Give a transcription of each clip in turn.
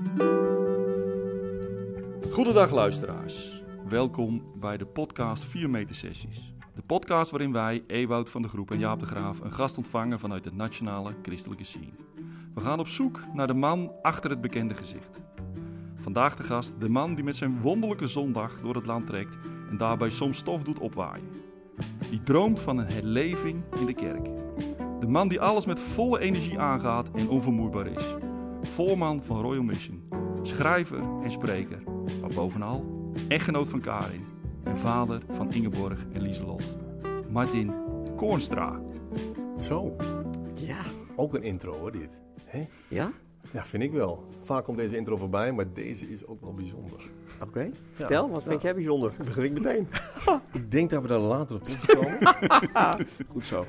Goedendag luisteraars. Welkom bij de podcast 4 meter sessies. De podcast waarin wij, Ewout van de Groep en Jaap de Graaf, een gast ontvangen vanuit het nationale christelijke scene. We gaan op zoek naar de man achter het bekende gezicht. Vandaag de gast, de man die met zijn wonderlijke zondag door het land trekt en daarbij soms stof doet opwaaien. Die droomt van een herleving in de kerk. De man die alles met volle energie aangaat en onvermoeibaar is. Voorman van Royal Mission, schrijver en spreker, maar bovenal echtgenoot van Karin en vader van Ingeborg en Lieselot. Martin Koornstra. Zo, Ja. ook een intro hoor dit. Hè? Ja? Ja, vind ik wel. Vaak komt deze intro voorbij, maar deze is ook wel bijzonder. Oké. Vertel, wat vind jij bijzonder? Begin ik meteen. Ik denk dat we daar later op terugkomen. Goed zo.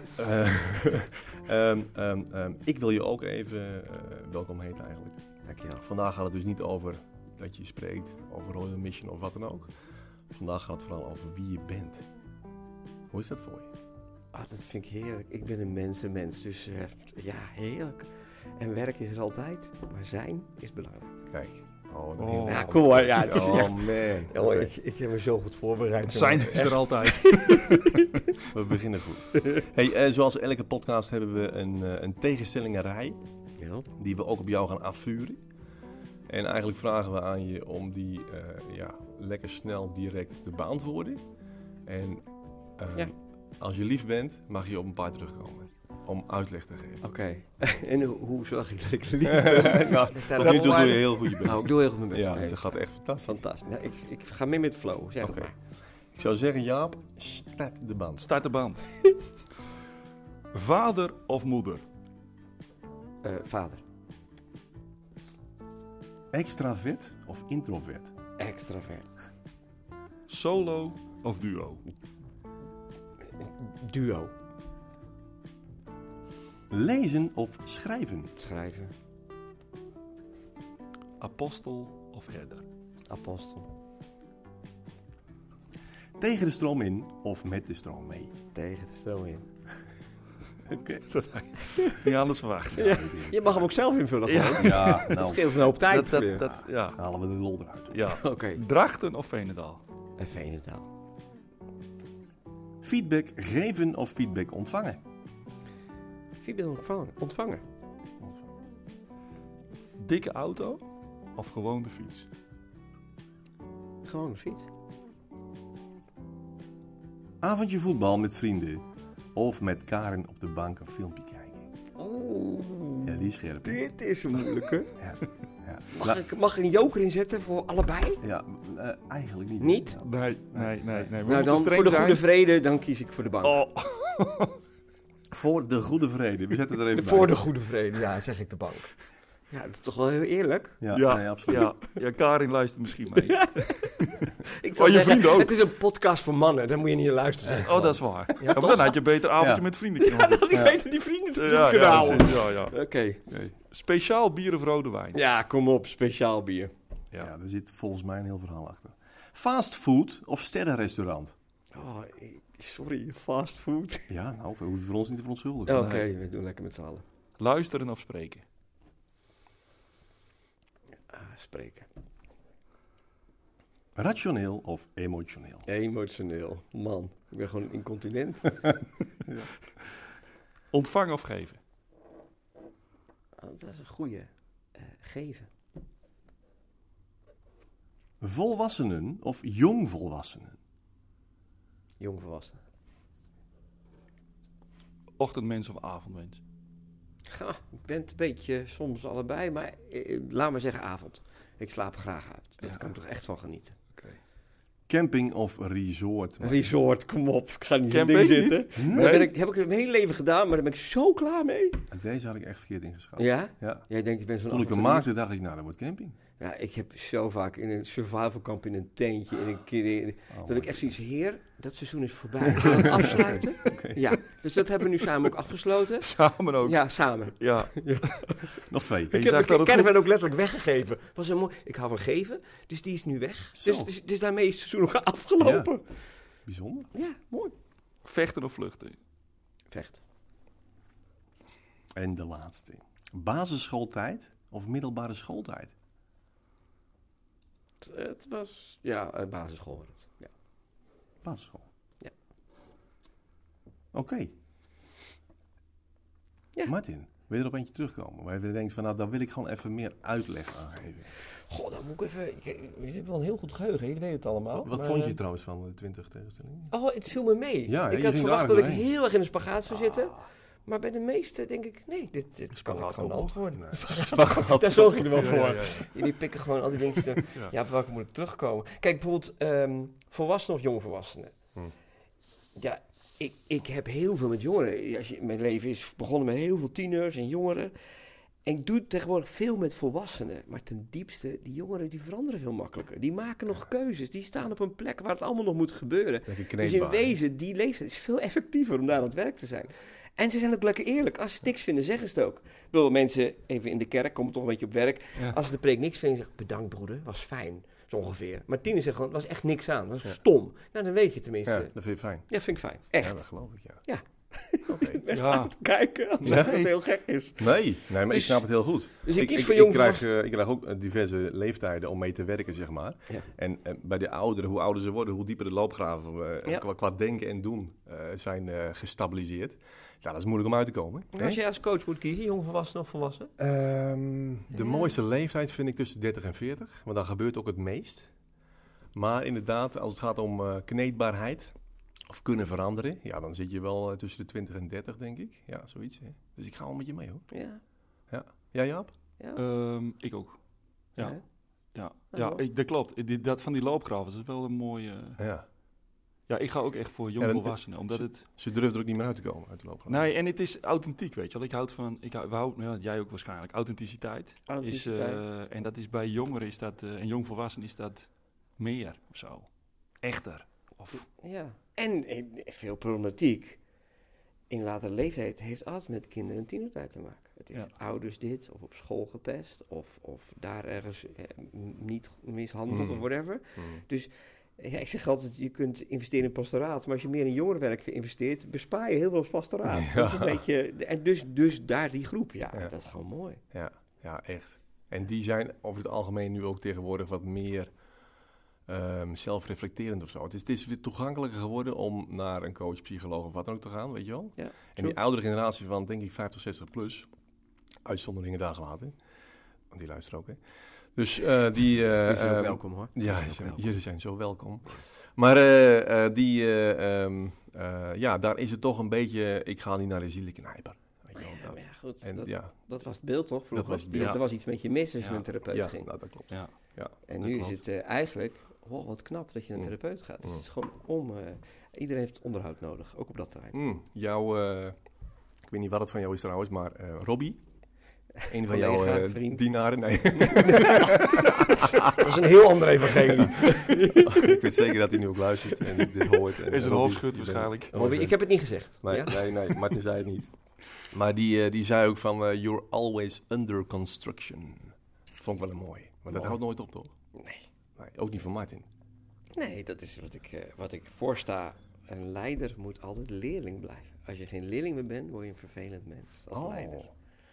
Ik wil je ook even welkom heten eigenlijk. Dankjewel. Vandaag gaat het dus niet over dat je spreekt over Royal Mission of wat dan ook. Vandaag gaat het vooral over wie je bent. Hoe is dat voor je? Ah, dat vind ik heerlijk. Ik ben een mensenmens, dus ja, heerlijk. En werk is er altijd, maar zijn is belangrijk. Kijk. Oh. Ja, kom maar. Ja, het is echt... man. Oh, ik heb me zo goed voorbereid. Zijn jongen. is er altijd. We beginnen goed. Hey, zoals elke podcast hebben we een tegenstellingenrij Ja. die we ook op jou gaan afvuren. En eigenlijk vragen we aan je om die lekker snel direct te beantwoorden. En Ja. als je lief bent, mag je op een paar terugkomen om uitleg te geven. Oké. En hoe zorg ik dat ik lief ben? Nou, Er staat tot een nu toe doe je voorwaarde. heel goed je best. Nou, ik doe heel goed mijn best. Ja, Nee, dat gaat echt fantastisch. fantastisch. Nou, ik ga mee met de flow, zeg Oké. het maar. Ik zou zeggen, Jaap, start de band. Start de band. Vader of moeder? Vader. Extravert of introvert? Extravert. Solo of duo? Duo. Lezen of schrijven? Schrijven. Apostel of herder? Apostel. Tegen de stroom in of met de stroom mee? Tegen de stroom in. Oké. Dat had ik niet anders verwacht. Ja. Je mag hem ook zelf invullen gewoon. Ja, Dat nou, scheelt een hoop tijd. Ja. halen we de lol eruit. Ja. Oké. Drachten of Veenendaal? En Veenendaal. Feedback geven of feedback ontvangen? Feedback ontvangen. Dikke auto of gewoon de fiets? Gewoon een fiets. Avondje voetbal met vrienden of met Karen op de bank een filmpje kijken? Oh, Ja, die is scherp. hè? dit is een moeilijke. Ja. Ja. Mag ik een joker inzetten voor allebei? Ja, eigenlijk niet. Niet? Ja. Nee. We Nou, moeten dan streng voor de zijn. goede vrede, dan kies ik voor de bank. Oh. Voor de goede vrede. We zetten er even Voor bij. de goede vrede, ja, zeg ik de bank. Ja, dat is toch wel heel eerlijk? Ja, Ja, nee, absoluut. ja, Karin luistert misschien mee. Ik Oh, je vrienden ook? Het is een podcast voor mannen, daar moet je niet naar luisteren. Zeg. Oh, dat is waar. Ja, maar toch? dan had je beter avondje Ja. met vrienden kunnen doen. Dat ik beter die vrienden te Ja, zoeken ja, houden. precies. Ja. Oké. Speciaal bier of rode wijn? Ja, kom op, speciaal bier. Ja, er zit volgens mij een heel verhaal achter. Fastfood of sterrenrestaurant? Oh, sorry, fastfood. Ja, nou, we hoeven voor ons niet te verontschuldigen. Oké, we doen lekker met z'n allen. Luisteren of spreken? Spreken. Rationeel of emotioneel? Emotioneel. Man, ik ben gewoon incontinent. Ontvangen of geven? Oh, dat is een goeie. Geven. Volwassenen of jongvolwassenen? Jongvolwassen. Ochtendmens of avondmens? Ja, ik ben het een beetje soms allebei, maar laat maar zeggen avond. Ik slaap graag uit. Daar kan ik toch echt van genieten. Camping of resort? Resort, kom op. Ik ga niet in Camping ding zitten. Nee. Maar heb ik mijn hele leven gedaan, maar daar ben ik zo klaar mee. Deze had ik echt verkeerd ingeschat. Ja? Ja. Jij denkt, ik ben zo'n Toen ik hem avonturier. maakte, dacht ik, nou, dat wordt camping. Ja, ik heb zo vaak in een survivalkamp in een tentje, in een keer, dat ik echt zoiets, heer, dat seizoen is voorbij. Gaan we het afsluiten? Ja, dus dat hebben we nu samen ook afgesloten. Samen ook. Ja, samen. Ja. Nog 2. Je Ik heb zegt dat de het caravan ook letterlijk weggegeven. Was een mooi. Ik hou van geven, dus die is nu weg. Zo. Dus daarmee is het seizoen ook afgelopen. Bijzonder. Ja, mooi. Vechten of vluchten? Vecht. En de laatste. Basisschooltijd of middelbare schooltijd? Het was, basisschool. Ja. Basisschool? Ja. Oké. Ja. Martin, wil je er op eentje terugkomen? Waar je denkt van, nou, daar wil ik gewoon even meer uitleg aan geven. Goh, dan moet ik even... Je hebt wel een heel goed geheugen, je weet het allemaal. Wat vond je trouwens van de 20 tegenstellingen? Oh, het viel me mee. Ja, ik je had ging verwacht er dat ik aardig heel erg in de spagaat zou zitten. Ah. Maar bij de meeste denk ik, nee, dit kan ik gewoon antwoorden. Nee. Daar zorg je er wel voor. Ja. Jullie pikken gewoon al die dingen. Ja, op welke moet ik terugkomen? Kijk, bijvoorbeeld volwassenen of jongvolwassenen. Ja, ik heb heel veel met jongeren. Mijn leven is begonnen met heel veel tieners en jongeren. En ik doe tegenwoordig veel met volwassenen. Maar ten diepste, die jongeren die veranderen veel makkelijker. Die maken nog keuzes. Die staan op een plek waar het allemaal nog moet gebeuren. Dus in wezen, die leeftijd is veel effectiever om daar aan het werk te zijn. En ze zijn ook lekker eerlijk. Als ze niks vinden, zeggen ze het ook. Ik bedoel, mensen even in de kerk, komen toch een beetje op werk. Ja. Als ze de preek niks vinden, zeggen bedankt broeder, was fijn. Zo ongeveer. Maar tieners zeggen gewoon, was echt niks aan. Was stom. Nou, dan weet je tenminste. Ja, dat vind je fijn. Ja, vind ik fijn. Echt. Ja, dat geloof ik, ja. Ja. Okay. Best aan het kijken, omdat het heel gek is. Nee, maar dus, ik snap het heel goed. Dus ik kies voor jong. Ik krijg ook diverse leeftijden om mee te werken, zeg maar. Ja. En bij de ouderen, hoe ouder ze worden, hoe dieper de loopgraven qua denken en doen zijn gestabiliseerd. Ja, dat is moeilijk om uit te komen. Als je als coach moet kiezen, jongvolwassen of volwassen? De mooiste leeftijd vind ik tussen 30 en 40, want dan gebeurt ook het meest. Maar inderdaad, als het gaat om kneedbaarheid of kunnen veranderen, ja, dan zit je wel tussen de 20 en 30, denk ik. Ja, zoiets. Hè. Dus ik ga wel met je mee, hoor. Ja. Ja. Ja, Jaap? Ja. Ik ook. Ja. Dat klopt. Dat van die loopgraven, dat is wel een mooie... Ja. Ja, ik ga ook echt voor jongvolwassenen, omdat het... Ze durven er ook niet meer uit te komen, uit de loopgraven. Nee, en het is authentiek, weet je wel. Ik houd van... jij ook waarschijnlijk. Authenticiteit. En dat is bij jongeren is dat... en jongvolwassenen is dat meer of zo. Echter. Of... Ja. En veel problematiek in latere leeftijd heeft altijd met kinderen en tienertijd te maken. Het is ouders dit, of op school gepest, of daar ergens niet mishandeld of whatever. Dus ja, ik zeg altijd, je kunt investeren in pastoraat, maar als je meer in jongerenwerk investeert, bespaar je heel veel op pastoraat. Ja. Dat is een beetje, en dus daar die groep, dat is gewoon mooi. Ja, echt. En die zijn over het algemeen nu ook tegenwoordig wat meer... zelfreflecterend of zo. Het is weer toegankelijker geworden om naar een coach, psycholoog of wat dan ook te gaan, weet je wel. Ja, en die oudere generatie van, denk ik, 50, 60 plus, uitzonderingen daar gelaten, want die luisteren ook, hè. Dus die zijn ook welkom, hoor. Ja, jullie zijn zo welkom. Maar daar is het toch een beetje, ik ga niet naar de zielenknijper. Goed, en, dat was het beeld, toch? Vroeger. Dat was het beeld. Er was iets met je mis als je naar een therapeut ging. Nou, dat klopt. Ja, en nu is het eigenlijk, wat knap dat je naar een therapeut gaat. Dus het is gewoon iedereen heeft onderhoud nodig, ook op dat terrein. Ik weet niet wat het van jou is trouwens, maar Robbie, een van jouw dienaren. Nee. Dat is een heel ander evangelie. Ik weet zeker dat hij nu ook luistert en dit hoort. En is een hoofdschut waarschijnlijk. Ik heb het niet gezegd. Nee, Martin zei het niet. Maar die zei ook van, you're always under construction. Dat vond ik wel een mooi. Maar dat houdt nooit op, toch? Nee, ook niet van Martin. Nee, dat is wat ik voorsta. Een leider moet altijd leerling blijven. Als je geen leerling meer bent, word je een vervelend mens als leider.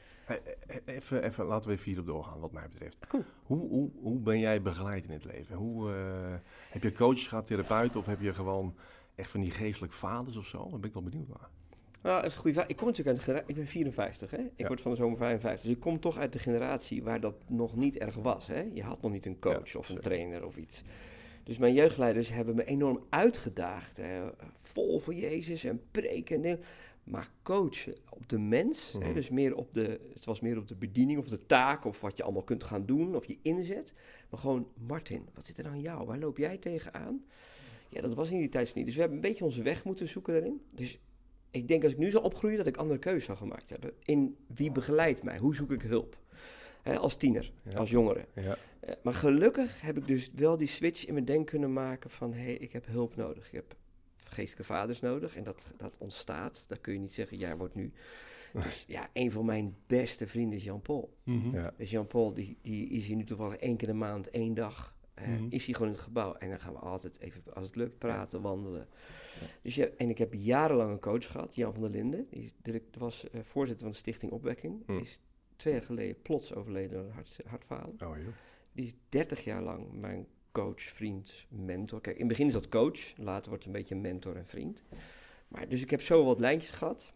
Even, laten we even hierop doorgaan, wat mij betreft. Cool. Hoe ben jij begeleid in het leven? Heb je coaches gehad, therapeuten, of heb je gewoon echt van die geestelijk vaders of zo? Daar ben ik wel benieuwd naar. Nou, dat is een goede vraag. Ik kom natuurlijk uit de generatie... Ik ben 54, hè? Ik word van de zomer 55. Dus ik kom toch uit de generatie waar dat nog niet erg was, hè? Je had nog niet een coach of een trainer of iets. Dus mijn jeugdleiders hebben me enorm uitgedaagd. Hè? Vol voor Jezus en preken en maar coachen op de mens. Hè? Dus het was meer op de bediening of de taak of wat je allemaal kunt gaan doen of je inzet. Maar gewoon, Martin, wat zit er nou aan jou? Waar loop jij tegenaan? Ja, dat was in die tijd niet. Dus we hebben een beetje onze weg moeten zoeken daarin. Dus ik denk als ik nu zou opgroeien dat ik andere keuzes zou gemaakt hebben. In wie begeleidt mij? Hoe zoek ik hulp? Als tiener, als jongere. Ja. Maar gelukkig heb ik dus wel die switch in mijn denken kunnen maken van... ik heb hulp nodig. Ik heb geestelijke vaders nodig. En dat ontstaat. Dat kun je niet zeggen, jij wordt nu... Dus een van mijn beste vrienden is Jan-Paul. Mm-hmm. Ja. Dus Jan-Paul, die is hier nu toevallig 1 keer in de maand, 1 dag... is hij gewoon in het gebouw. En dan gaan we altijd even, als het lukt, praten, wandelen. Ja. Dus en ik heb jarenlang een coach gehad, Jan van der Linden. Die was voorzitter van de Stichting Opwekking. Die is 2 jaar geleden plots overleden door een hartfalen. Oh, die is 30 jaar lang mijn coach, vriend, mentor. Kijk, in het begin is dat coach, later wordt het een beetje mentor en vriend. Maar dus ik heb zo wat lijntjes gehad.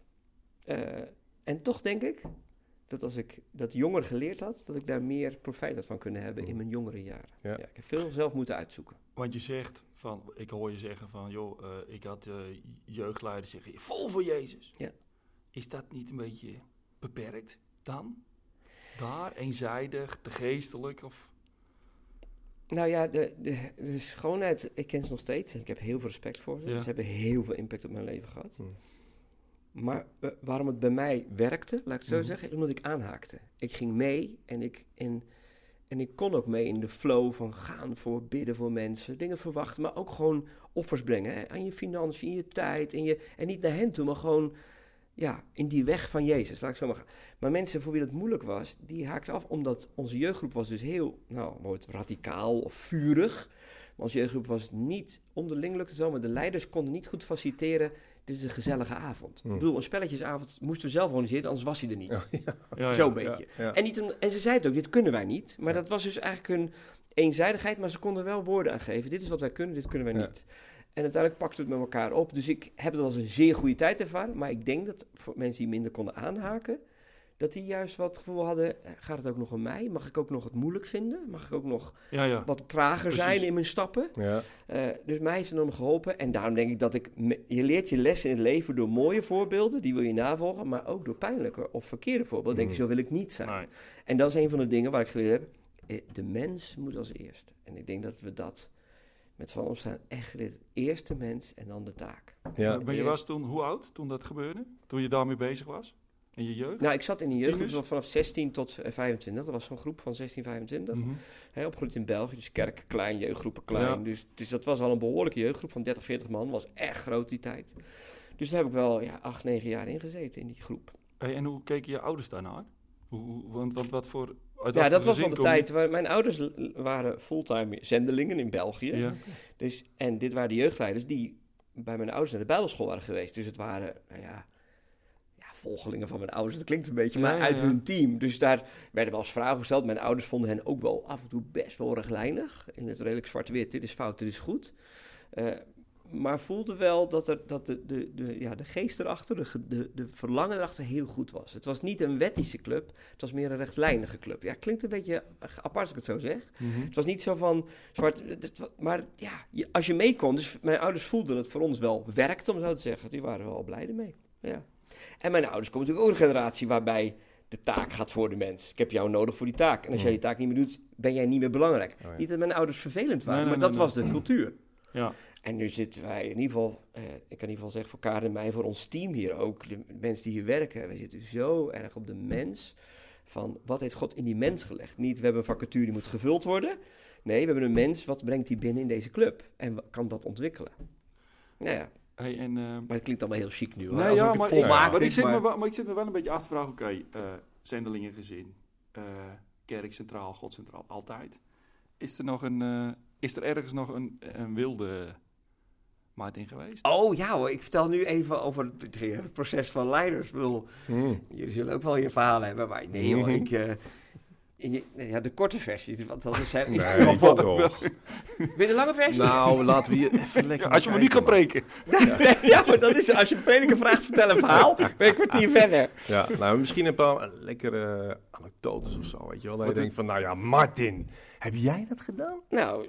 En toch denk ik dat als ik dat jonger geleerd had, dat ik daar meer profijt had van kunnen hebben in mijn jongere jaren. Ja. Ja, ik heb veel zelf moeten uitzoeken. Want je zegt ik hoor je zeggen van, joh, ik had jeugdleiders zeggen, vol voor Jezus. Ja. Is dat niet een beetje beperkt dan? Daar, eenzijdig, te geestelijk of... Nou ja, de schoonheid, ik ken ze nog steeds en ik heb heel veel respect voor ze. Ja. Ze hebben heel veel impact op mijn leven gehad. Hmm. Maar waarom het bij mij werkte, laat ik het zo zeggen, is omdat ik aanhaakte. Ik ging mee en ik kon ook mee in de flow van gaan voor, bidden voor mensen, dingen verwachten, maar ook gewoon offers brengen. Hè, aan je financiën, in je tijd, en niet naar hen toe, maar gewoon in die weg van Jezus, laat ik zo maar gaan. Maar mensen voor wie dat moeilijk was, die haakten af, omdat onze jeugdgroep was dus heel, radicaal of vurig. Maar onze jeugdgroep was niet, onderling lukte het wel, maar de leiders konden niet goed faciliteren, dit is een gezellige avond. Ik bedoel, een spelletjesavond moesten we zelf organiseren, anders was hij er niet. Zo'n beetje. Ja. En ze zeiden ook, dit kunnen wij niet. Maar dat was dus eigenlijk een eenzijdigheid, maar ze konden wel woorden aangeven. Dit is wat wij kunnen, dit kunnen wij niet. En uiteindelijk pakten we het met elkaar op. Dus ik heb het als een zeer goede tijd ervaren. Maar ik denk dat voor mensen die minder konden aanhaken, dat die juist wat gevoel hadden, gaat het ook nog om mij? Mag ik ook nog het moeilijk vinden? Mag ik ook nog wat trager zijn in mijn stappen? Ja. Dus mij heeft het enorm geholpen. En daarom denk ik dat je leert je lessen in het leven door mooie voorbeelden, die wil je navolgen, maar ook door pijnlijke of verkeerde voorbeelden. Denk je, zo wil ik niet zijn. Nee. En dat is een van de dingen waar ik geleerd heb. De mens moet als eerste. En ik denk dat we dat met Van Opstaan echt geleerd. Eerst de mens en dan de taak. Ja. Maar je was toen, hoe oud toen dat gebeurde? Toen je daarmee bezig was? In je jeugd? Nou, ik zat in een jeugdgroep vanaf 16 tot 25. Dat was zo'n groep van 16, 25. Opgegroeid in België, dus kerken klein, jeugdgroepen klein. Ja. Dus dat was al een behoorlijke jeugdgroep van 30, 40 man. Was echt groot die tijd. Dus daar heb ik wel 8, 9 jaar in gezeten in die groep. Hey, en hoe keken je ouders daarnaar? Want wat voor... Ja, dat was van de tijd. Mijn ouders waren fulltime zendelingen in België. Ja. Dus, en dit waren de jeugdleiders die bij mijn ouders naar de bijbelschool waren geweest. Dus het waren... volgelingen van mijn ouders, dat klinkt een beetje, maar uit hun team. Dus daar werden wel eens vragen gesteld. Mijn ouders vonden hen ook wel af en toe best wel rechtlijnig. In het redelijk zwart-wit, dit is fout, dit is goed. Maar voelde wel dat de geest erachter, de verlangen erachter heel goed was. Het was niet een wettische club, het was meer een rechtlijnige club. Ja, klinkt een beetje apart als ik het zo zeg. Het was niet zo van zwart, maar als je mee kon, dus mijn ouders voelden dat het voor ons wel werkte, om zo te zeggen. Die waren wel blij ermee, ja. En mijn ouders komen natuurlijk ook een generatie waarbij de taak gaat voor de mens. Ik heb jou nodig voor die taak. En als jij die taak niet meer doet, ben jij niet meer belangrijk. Oh, ja. Niet dat mijn ouders vervelend waren, maar dat was de cultuur. Ja. En nu zitten wij in ieder geval, ik kan in ieder geval zeggen voor Karen en mij, voor ons team hier ook, de mensen die hier werken, wij zitten zo erg op de mens, van wat heeft God in die mens gelegd? Niet, we hebben een vacature die moet gevuld worden. Nee, we hebben een mens, wat brengt die binnen in deze club? En kan dat ontwikkelen? Nou ja. Hey, maar het klinkt allemaal heel chic nu hoor. Nee, ja, maar ik zit me wel een beetje af te vragen, oké, zendelingengezin, kerk centraal, God centraal, altijd. Is er ergens nog een wilde Martin geweest? Oh ja hoor, ik vertel nu even over het proces van leiders. Ik bedoel, jullie zullen ook wel je verhaal hebben, maar nee hoor, de korte versie, want dat is Wil je de lange versie? Nou, laten we hier even lekker als je me niet gaat preken. Maar dat is, als je een prediker vraagt, vertel een verhaal, ben ik een kwartier verder. Ja, nou, misschien een paar lekkere anekdotes of zo, weet je wel. Dat je denkt van, nou ja, Martin, heb jij dat gedaan? Nou,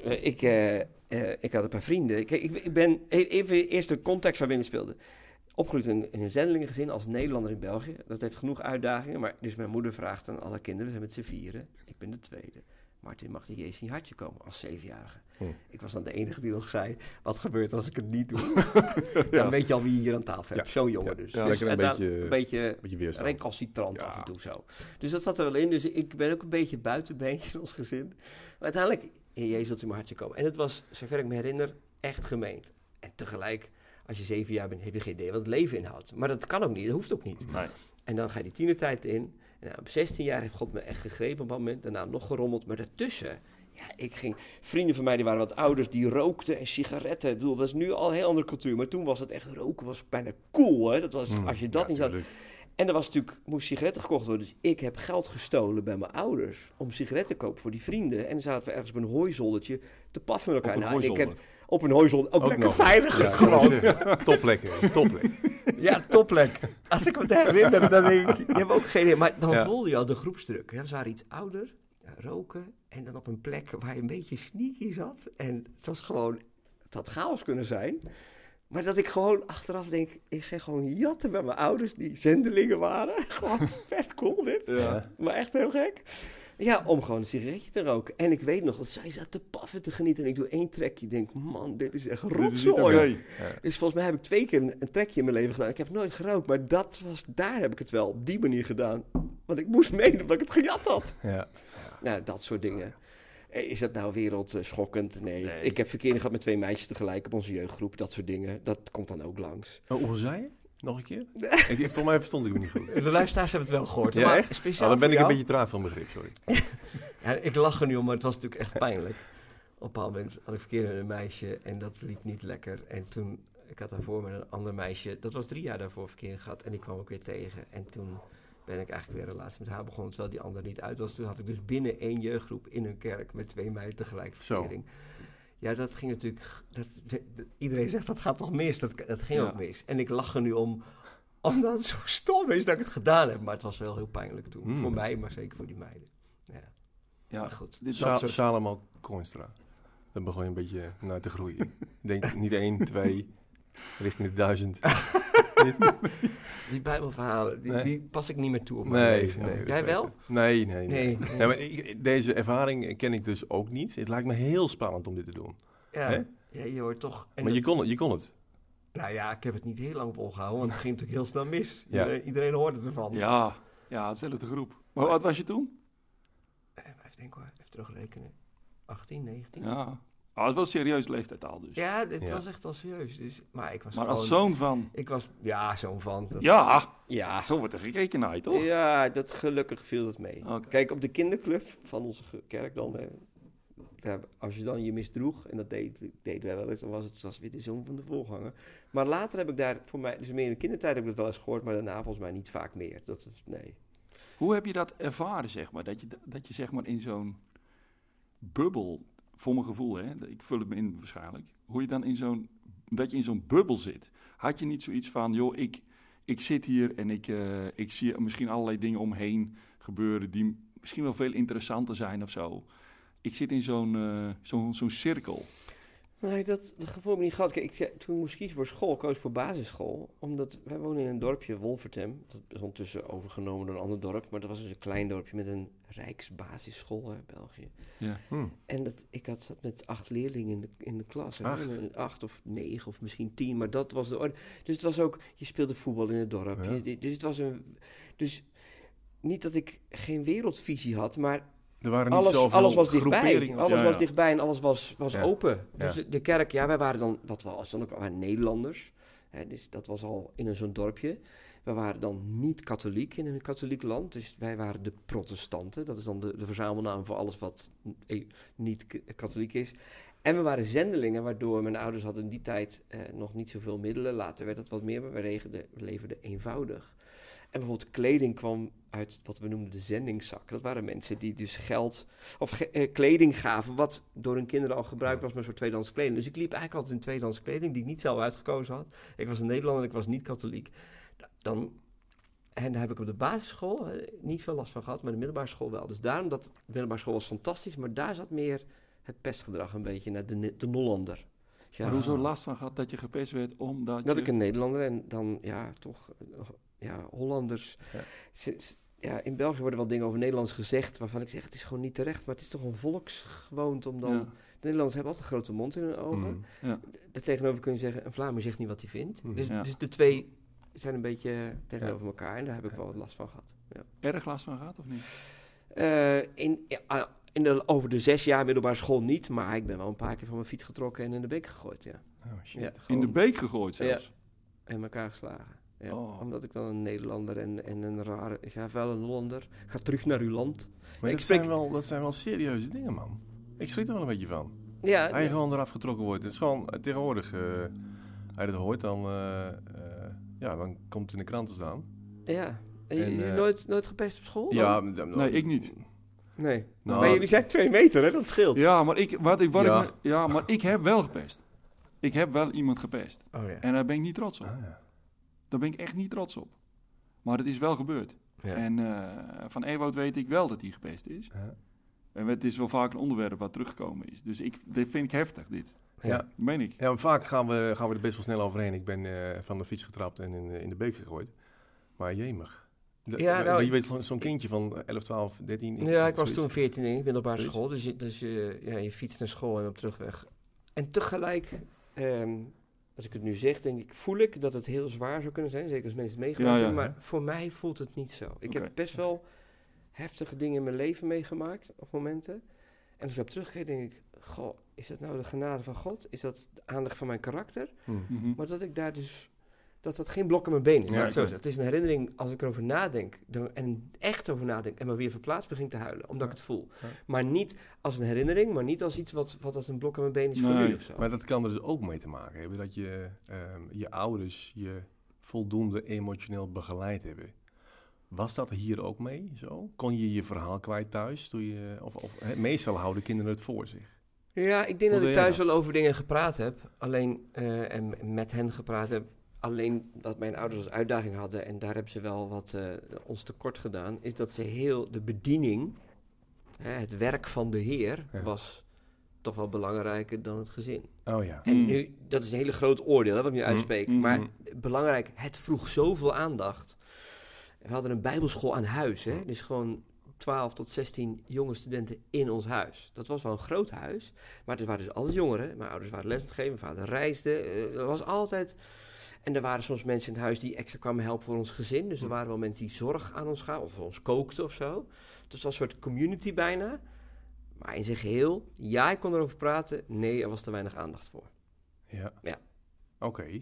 ik had een paar vrienden. Ik ben even eerst de context waarbinnen speelde. Opgegroeid in een zendelingengezin als Nederlander in België. Dat heeft genoeg uitdagingen. Maar dus mijn moeder vraagt aan alle kinderen, we zijn met z'n vieren. Ik ben de tweede. Martin, mag die Jezus in je hartje komen als 7-jarige? Ik was dan de enige die nog zei, wat gebeurt als ik het niet doe? Dan weet je al wie je hier aan tafel hebt. Zo'n jongen dus. Ja, dus een beetje recalcitrant af en toe zo. Dus dat zat er wel in. Dus ik ben ook een beetje buitenbeentje in ons gezin. Maar uiteindelijk, Jezus wilt in mijn hartje komen. En het was, zover ik me herinner, echt gemeend. En tegelijk, als je 7 jaar bent, heb je geen idee wat het leven inhoudt. Maar dat kan ook niet, dat hoeft ook niet. Nee. En dan ga je die tienertijd in. En op 16 jaar heeft God me echt gegrepen op dat moment. Daarna nog gerommeld. Maar daartussen, vrienden van mij die waren wat ouders, die rookten en sigaretten. Ik bedoel, dat is nu al een heel andere cultuur. Maar toen was het echt, roken was bijna cool. Hè? Dat was, als je dat niet had. En er moest sigaretten gekocht worden. Dus ik heb geld gestolen bij mijn ouders om sigaretten te kopen voor die vrienden. En dan zaten we ergens op een hooizoldertje te paffen met elkaar. Op een hooizolder. Ook lekker nog. veilig. Ja, gewoon. Topplek. Ja, topplek. Als ik me te herinner, dan denk ik, je hebt ook geen idee. Maar dan voelde je al de groepsdruk. Ja, we waren iets ouder, roken en dan op een plek waar je een beetje sneaky zat. En het was gewoon, het had chaos kunnen zijn. Maar dat ik gewoon achteraf denk, ik ga gewoon jatten bij mijn ouders die zendelingen waren. Gewoon vet cool dit. Ja. Maar echt heel gek. Ja, om gewoon een sigaretje te roken. En ik weet nog dat zij zat te paffen te genieten. En ik doe 1 trekje. Ik denk, man, dit is echt rotzooi. Okay. Ja. Dus volgens mij heb ik 2 keer een trekje in mijn leven gedaan. Ik heb nooit gerookt, maar daar heb ik het wel op die manier gedaan. Want ik moest meenemen dat ik het gejat had. Ja. Nou, dat soort dingen. Is dat nou wereldschokkend? Nee. Ik heb verkering gehad met 2 meisjes tegelijk op onze jeugdgroep. Dat soort dingen. Dat komt dan ook langs. Hoe zei je? Nog een keer? Voor mij verstond ik het niet goed. De luisteraars hebben het wel gehoord. Ja, maar echt? Speciaal dan ben ik jou. een beetje traag van begrip, sorry. Ja, ik lach er nu om, maar het was natuurlijk echt pijnlijk. Op een bepaald moment had ik verkeerd met een meisje en dat liep niet lekker. En toen, ik had daarvoor met een ander meisje, dat was 3 jaar daarvoor verkeerd gehad. En die kwam ik weer tegen. En toen ben ik eigenlijk weer een relatie met haar begonnen, terwijl die ander niet uit was. Toen had ik dus binnen 1 jeugdgroep in een kerk met 2 meiden tegelijk verkering. Zo. Ja, dat ging natuurlijk... iedereen zegt, dat gaat toch mis? Dat ging ook mis. En ik lach er nu om, omdat het zo stom is dat ik het gedaan heb. Maar het was wel heel pijnlijk toen. Voor mij, maar zeker voor die meiden. Ja, maar goed. Salamo Koenstra. Dan begon je een beetje naar te groeien. Ik denk niet 1, 2, richting de 1000. Die Bijbelverhalen, die pas ik niet meer toe op mijn leven. Nee. Jij wel? Nee. Ja, maar deze ervaring ken ik dus ook niet. Het lijkt me heel spannend om dit te doen. Ja, je hoort toch... Maar je kon het. Nou ja, ik heb het niet heel lang volgehouden, want het ging natuurlijk heel snel mis. Ja. Iedereen hoorde ervan. Ja, hetzelfde groep. Maar hoe oud was je toen? Even denken hoor, even terugrekenen. 18, 19? Ja. Het was wel een serieuze leeftijd al dus. Ja, het was echt al serieus. Dus, maar ik was maar gewoon, als zoon van... Ik was, zoon van. Ja, zo wordt er gekeken naar je, toch? Ja, gelukkig viel het mee. Okay. Kijk, op de kinderclub van onze kerk dan... als je dan je misdroeg, en dat deden wij wel eens, dan was het weer de zoon van de voorganger. Maar later heb ik daar, voor mij, dus meer in de kindertijd heb ik dat wel eens gehoord, maar daarna volgens mij niet vaak meer. Nee. Hoe heb je dat ervaren, zeg maar? Dat je zeg maar in zo'n bubbel, voor mijn gevoel, hè, ik vul het me in waarschijnlijk, hoe je dan dat je in zo'n bubbel zit. Had je niet zoiets van, joh, ik zit hier en ik zie misschien allerlei dingen omheen gebeuren die misschien wel veel interessanter zijn of zo. Ik zit in zo'n cirkel. Nee, dat gevoel heb ik niet gehad. Kijk, toen moest ik kiezen voor school, koos voor basisschool. Omdat wij wonen in een dorpje, Wolvertem. Dat is ondertussen overgenomen door een ander dorp. Maar dat was dus een klein dorpje met een rijksbasisschool in België. Ja. En ik zat met 8 leerlingen in de klas. 8 of 9 of misschien 10, maar dat was de orde. Dus het was ook, je speelde voetbal in het dorp. Ja. Dus het was Dus niet dat ik geen wereldvisie had, maar... Alles was dichtbij. Alles was dichtbij en alles was open. Dus de kerk, wij waren dan, wat was dan ook, waren Nederlanders. Dus dat was al in zo'n dorpje. We waren dan niet katholiek in een katholiek land. Dus wij waren de protestanten. Dat is dan de verzamelnaam voor alles wat niet katholiek is. En we waren zendelingen, waardoor mijn ouders hadden in die tijd nog niet zoveel middelen. Later werd het wat meer, maar we leverden eenvoudig. En bijvoorbeeld kleding kwam uit wat we noemden de zendingszak. Dat waren mensen die dus geld of kleding gaven, wat door hun kinderen al gebruikt was, maar een soort tweedehands kleding. Dus ik liep eigenlijk altijd in tweedehands kleding, die ik niet zelf uitgekozen had. Ik was een Nederlander, ik was niet katholiek. En daar heb ik op de basisschool niet veel last van gehad, maar de middelbare school wel. Dus daarom de middelbare school was fantastisch, maar daar zat meer het pestgedrag een beetje naar de Nollander. Ja. Maar hoezo last van gehad dat je gepest werd omdat ik een Nederlander en dan toch... Hollanders. In België worden wel dingen over Nederlands gezegd waarvan ik zeg, het is gewoon niet terecht, maar het is toch een volksgewoonte om dan... De Nederlanders hebben altijd een grote mond in hun ogen. Daartegenover kun je zeggen, een Vlaming zegt niet wat hij vindt. Dus de twee zijn een beetje tegenover elkaar en daar heb ik wel wat last van gehad. Ja. Erg last van gehad, of niet? Over de 6 jaar middelbare school niet, maar ik ben wel een paar keer van mijn fiets getrokken en in de beek gegooid, ja. Oh, shit. Ja, in de beek gegooid zelfs? Ja, en elkaar geslagen. Ja, omdat ik dan een Nederlander en een rare... Ik ga wel een Hollander. Ga terug naar uw land. Maar dat zijn wel serieuze dingen, man. Ik schrik er wel een beetje van. Ja, hij gewoon eraf getrokken wordt. Het is gewoon tegenwoordig... hij dat hoort, dan komt het in de krant te staan. Ja. Nooit gepest op school? Ja, Nee, ik niet. Nee. Nou, Maar jullie zijn 2 meter, hè? Dat scheelt. Ja, maar ik heb wel gepest. Ik heb wel iemand gepest. Oh ja. En daar ben ik niet trots op. Ah, ja. Daar ben ik echt niet trots op. Maar het is wel gebeurd. Ja. En van Ewout weet ik wel dat hij gepest is. Ja. En het is wel vaak een onderwerp wat teruggekomen is. Dus dit vind ik heftig, dit. Ja. Dat meen ik. Ja, maar vaak gaan we er best wel snel overheen. Ik ben van de fiets getrapt en in de beek gegooid. Maar jemig. Je weet zo'n kindje van 11, 12, 13... Ja, ik was toen 14 en ik ben op basisschool. Dus je fietst naar school en op terugweg. En tegelijk, als ik het nu zeg, voel ik dat het heel zwaar zou kunnen zijn. Zeker als mensen het meegemaakt hebben. Maar voor mij voelt het niet zo. Ik heb best wel heftige dingen in mijn leven meegemaakt op momenten. En als ik op terugkijk, denk ik... Goh, is dat nou de genade van God? Is dat de aanleg van mijn karakter? Mhm. Maar dat ik daar dus... Dat geen blok in mijn been is. Ja, Het is een herinnering als ik erover nadenk. En echt over nadenk. En maar weer verplaatst begin te huilen. Omdat ik het voel. Ja. Maar niet als een herinnering. Maar niet als iets wat als een blok in mijn been is voor nu of zo. Maar dat kan er dus ook mee te maken hebben. Dat je ouders je voldoende emotioneel begeleid hebben. Was dat hier ook mee zo? Kon je je verhaal kwijt thuis? Meestal houden kinderen het voor zich. Ja, ik denk dat ik thuis wel over dingen gepraat heb. Alleen, en met hen gepraat heb. Alleen dat mijn ouders als uitdaging hadden, en daar hebben ze wel wat ons tekort gedaan, is dat ze heel de bediening, het werk van de Heer, was toch wel belangrijker dan het gezin. Oh ja. En nu, dat is een hele groot oordeel, wat ik nu uitspreek, maar belangrijk, het vroeg zoveel aandacht. We hadden een bijbelschool aan huis, dus gewoon 12 tot 16 jonge studenten in ons huis. Dat was wel een groot huis, maar er waren dus altijd jongeren. Mijn ouders waren les aan het geven, mijn vader reisde, er was altijd... En er waren soms mensen in huis die extra kwamen helpen voor ons gezin. Dus er waren wel mensen die zorg aan ons gaven of voor ons kookten of zo. Dus het was een soort community bijna. Maar in zijn geheel, ja, ik kon erover praten. Nee, er was te weinig aandacht voor. Ja. Oké.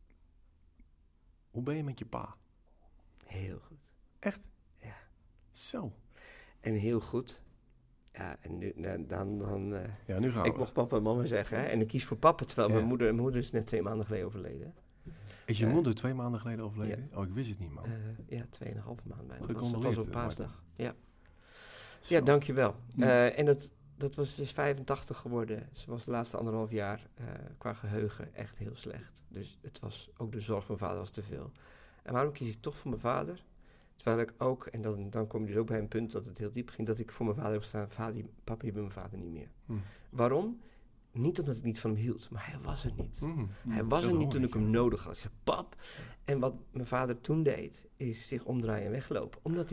Hoe ben je met je pa? Heel goed. Echt? Ja. Zo. En heel goed. Ja, en nu, dan ja, nu gaan we. Ik mocht papa en mama zeggen. Hè? En ik kies voor papa, terwijl mijn moeder is net 2 maanden geleden overleden. Is je moeder 2 maanden geleden overleden? Ja. Oh, ik wist het niet, man. Ja, 2,5 maand bijna. Dat was op paasdag. Ja. Zo. Ja, dankjewel. En dat was dus 85 geworden. Ze was de laatste 1,5 jaar qua geheugen echt heel slecht. Dus het was ook de zorg van mijn vader was te veel. En waarom kies ik toch voor mijn vader? Terwijl ik ook, en dan kom je dus ook bij een punt dat het heel diep ging, dat ik voor mijn vader heb gestaan, papa, je bent mijn vader niet meer. Waarom? Niet omdat ik niet van hem hield, maar hij was er niet. Hij was er niet toen ik hem nodig had. Ik zei, pap. En wat mijn vader toen deed, is zich omdraaien en weglopen. Omdat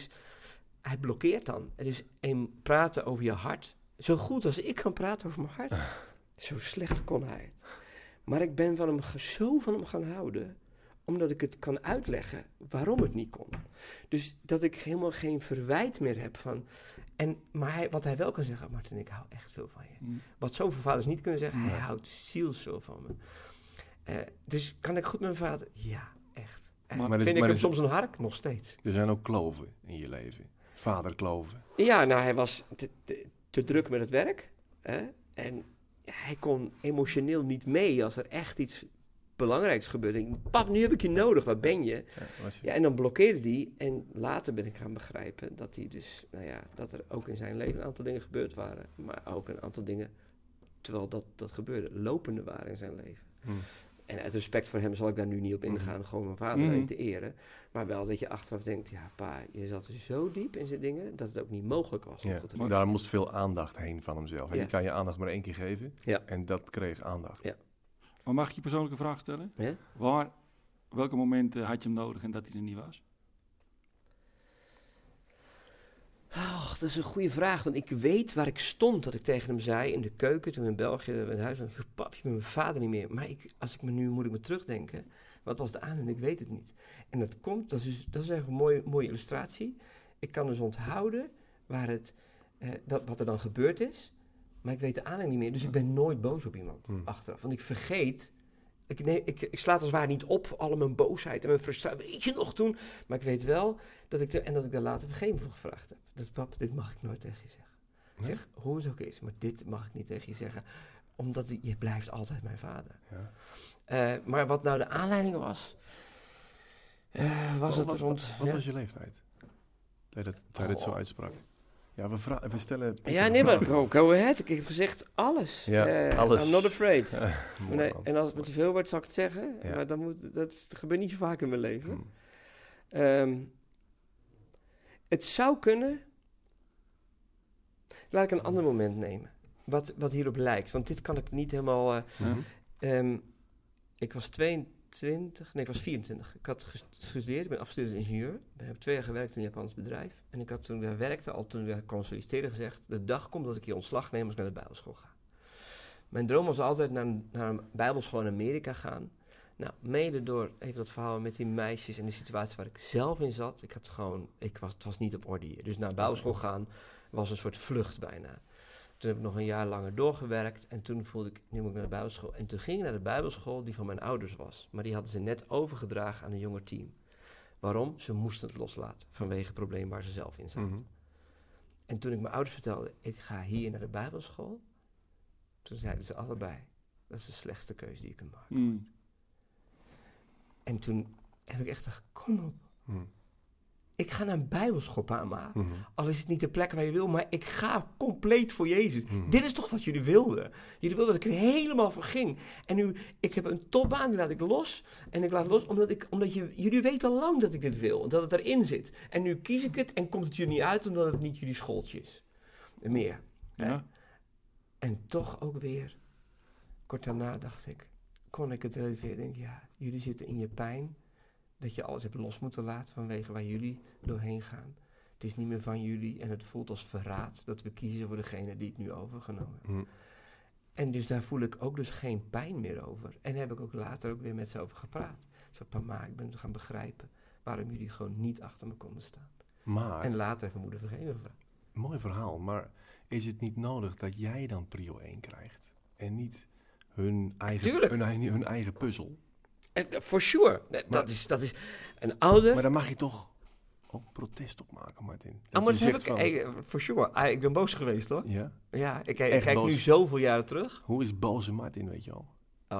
hij blokkeert dan. Dus praten over je hart, zo goed als ik kan praten over mijn hart, zo slecht kon hij het. Maar ik ben zo van hem gaan houden, omdat ik het kan uitleggen waarom het niet kon. Dus dat ik helemaal geen verwijt meer heb van... Maar wat hij wel kan zeggen... Martin, ik hou echt veel van je. Wat zoveel vaders niet kunnen zeggen... Hij houdt zielsveel van me. Dus kan ik goed met mijn vader? Ja, echt. Maar vind ik hem soms een hark? Nog steeds. Er zijn ook kloven in je leven. Vaderkloven. Ja, nou, hij was te druk met het werk. En hij kon emotioneel niet mee als er echt iets... belangrijks gebeurde. Pap, nu heb ik je nodig, waar ben je? Ja, en dan blokkeerde hij. En later ben ik gaan begrijpen dat hij dus, dat er ook in zijn leven een aantal dingen gebeurd waren. Maar ook een aantal dingen, terwijl dat gebeurde, lopende waren in zijn leven. En uit respect voor hem zal ik daar nu niet op ingaan, gewoon mijn vader te eren. Maar wel dat je achteraf denkt, ja pa, je zat zo diep in zijn dingen, dat het ook niet mogelijk was. Ja, maar daar moest veel aandacht heen van hemzelf. Je kan je aandacht maar 1 keer geven. Ja. En dat kreeg aandacht. Ja. Maar mag ik je persoonlijke vraag stellen? Ja? Welke momenten had je hem nodig en dat hij er niet was? Oh, dat is een goede vraag, want ik weet waar ik stond, dat ik tegen hem zei in de keuken, toen we in België in huis waren, pap, je bent mijn vader niet meer. Maar moet ik me terugdenken, wat was de aanleiding? Ik weet het niet. En dat komt, dat is eigenlijk een mooie illustratie. Ik kan dus onthouden wat er dan gebeurd is, maar ik weet de aanleiding niet meer. Dus ik ben nooit boos op iemand achteraf, want ik vergeet... Ik sla het als het ware niet op, alle mijn boosheid en mijn frustratie. Weet je nog toen? Maar ik weet wel dat ik daar later vergeving voor gevraagd heb. Dat pap, dit mag ik nooit tegen je zeggen. Ik zeg, hoe het ook is, maar dit mag ik niet tegen je zeggen. Omdat je blijft altijd mijn vader. Ja. Maar wat nou de aanleiding was... Was het rond... Wat was je leeftijd? Dat hij dit zo uitsprak. Ja, we stellen... Ja, nee, maar go ahead. Ik heb gezegd alles. Ja, alles. I'm not afraid. Mooi, Nee, man. en als het me te veel wordt, zal ik het zeggen. Ja. Maar dat gebeurt niet zo vaak in mijn leven. Het zou kunnen... Laat ik een ander moment nemen. Wat hierop lijkt. Want dit kan ik niet helemaal... ik was 22... Nee, ik was 24. Ik had gestudeerd. Ik ben afgestudeerd als ingenieur. Ik heb 2 jaar gewerkt in een Japans bedrijf. En ik had toen ik werkte, toen ik kon solliciteren, gezegd... De dag komt dat ik hier ontslag neem als ik naar de bijbelschool ga. Mijn droom was altijd naar een bijbelschool in Amerika gaan. Nou, mede door even dat verhaal met die meisjes en de situatie waar ik zelf in zat. Het was niet op orde hier. Dus naar bijbelschool gaan was een soort vlucht bijna. Toen heb ik nog een jaar langer doorgewerkt en toen voelde ik, nu moet ik naar de bijbelschool. En toen ging ik naar de bijbelschool die van mijn ouders was. Maar die hadden ze net overgedragen aan een jonger team. Waarom? Ze moesten het loslaten vanwege het probleem waar ze zelf in zaten. En toen ik mijn ouders vertelde, ik ga hier naar de bijbelschool. Toen zeiden ze allebei, dat is de slechtste keuze die je kunt maken. En toen heb ik echt gedacht, kom op. Ik ga naar een bijbelschool, ma. Al is het niet de plek waar je wil, maar ik ga compleet voor Jezus. Dit is toch wat jullie wilden? Jullie wilden dat ik er helemaal voor ging. En nu, ik heb een topbaan, die laat ik los. En ik laat los omdat jullie weten al lang dat ik dit wil. Dat het erin zit. En nu kies ik het en komt het jullie niet uit omdat het niet jullie schooltje is. Meer. Ja. En toch ook weer, kort daarna dacht ik, kon ik het relativeren. Denk ja, jullie zitten in je pijn. Dat je alles hebt los moeten laten vanwege waar jullie doorheen gaan. Het is niet meer van jullie en het voelt als verraad dat we kiezen voor degene die het nu overgenomen hebben. En dus daar voel ik ook dus geen pijn meer over. En heb ik ook later ook weer met ze over gepraat. Ik zei, papa, ik ben gaan begrijpen waarom jullie gewoon niet achter me konden staan. Maar, en later heeft mijn moeder vergeven gevraagd. Mooi verhaal, maar is het niet nodig dat jij dan prio 1 krijgt? En niet hun eigen puzzel? For sure. Dat is een ouder... Maar dan mag je toch ook protest op maken, Martin. Maar dat heb ik... For sure. Ik ben boos geweest, hoor. Ja? Ja, ik kijk nu zoveel jaren terug. Hoe is boze Martin, weet je al?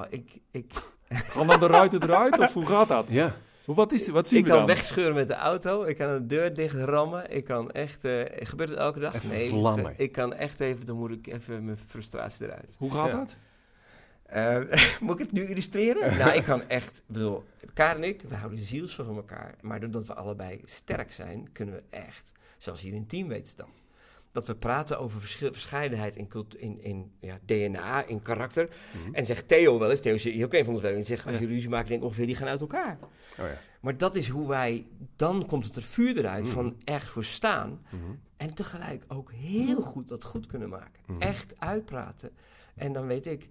Gewoon dan de ruiten eruit, of hoe gaat dat? Ja. Wat zien we dan? Ik kan wegscheuren met de auto. Ik kan een deur dicht rammen. Ik kan echt... gebeurt het elke dag? Even nee. Vlammen. Ik kan echt even... Dan moet ik even mijn frustratie eruit. Hoe gaat dat? Moet ik het nu illustreren? Nou, ik kan echt... bedoel, elkaar en ik, we houden zielsveel van elkaar. Maar doordat we allebei sterk zijn, kunnen we echt... Zelfs hier in team weet dat. Dat we praten over verscheidenheid in DNA, in karakter. En zegt Theo wel eens... Theo is hier ook een van ons wel. En zegt, als jullie ruzie maken, denk ik ongeveer, die gaan uit elkaar. Oh ja. Maar dat is hoe wij... Dan komt het er vuur eruit van echt voor staan. En tegelijk ook heel goed dat goed kunnen maken. Echt uitpraten. En dan weet ik...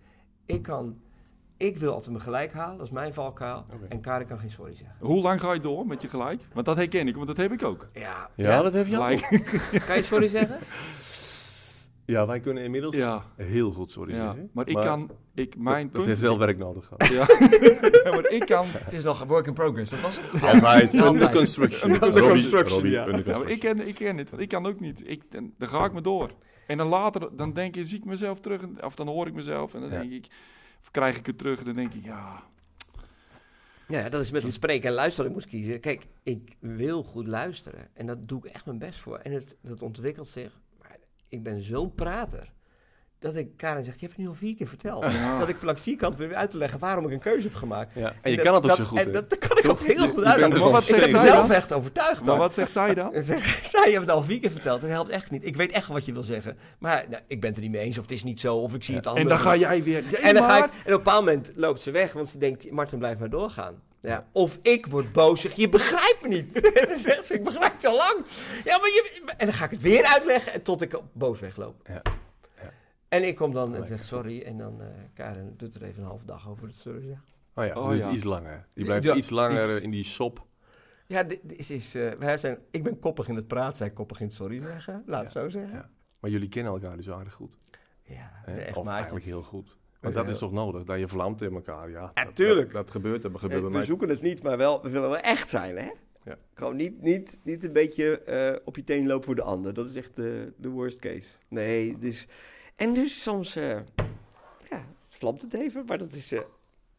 Ik wil altijd mijn gelijk halen, dat is mijn valkuil. Okay. En Karin kan geen sorry zeggen. Hoe lang ga je door met je gelijk? Want dat herken ik, want dat heb ik ook. Ja, dat heb je ook. Kan je sorry zeggen? Ja, wij kunnen inmiddels heel goed sorry zeggen. Maar dat heeft wel werk nodig gehad. Ja. Maar ik kan... Het is nog work in progress, dat was het? Altijd. Under construction. Maar ik ken het, want ik kan ook niet. Dan ga ik me door. En dan later, dan denk ik, zie ik mezelf terug, of dan hoor ik mezelf en dan denk ik, of krijg ik het terug en dan denk ik, Ja, dat is met het spreken en luisteren dat ik moest kiezen. Kijk, ik wil goed luisteren en dat doe ik echt mijn best voor. En dat ontwikkelt zich, maar ik ben zo'n prater, dat ik Karin zegt, je hebt het nu al 4 keer verteld. Ja. Dat ik langs 4 kanten weer uit te leggen waarom ik een keuze heb gemaakt. Ja. En je kan het ook zo goed. En dat kan ik ook heel goed uitleggen. Maar ik ben zelf echt overtuigd. Maar wat zegt zij dan? Je hebt het al 4 keer verteld. Dat helpt echt niet. Ik weet echt wat je wil zeggen. Maar ik ben het er niet mee eens. Of het is niet zo. Of ik zie het anders. En dan ga jij weer. En op een bepaald moment loopt ze weg. Want ze denkt, Martin, blijf maar doorgaan. Ja. Of ik word boos, zeg je begrijpt me niet. En dan zegt ze, ik begrijp je al lang. Ja, maar en dan ga ik het weer uitleggen tot ik boos wegloop. Ja. En ik kom dan en zeg sorry. En dan Karin doet er even een halve dag over het sorry zeggen. Dus iets langer. Die blijft iets langer in die sop. Ja, ik ben koppig in het praten, zij koppig in het sorry zeggen. Laat het zo zeggen. Ja. Maar jullie kennen elkaar dus aardig goed. Ja, echt eigenlijk heel goed. Want dat is toch nodig, dat je vlamt in elkaar. Ja, tuurlijk. Dat gebeurt bij mij. We zoeken het niet, maar we willen wel echt zijn, hè? Ja. Gewoon niet een beetje op je teen lopen voor de ander. Dat is echt de worst case. Nee, dus... En dus soms, vlamt het even, maar dat is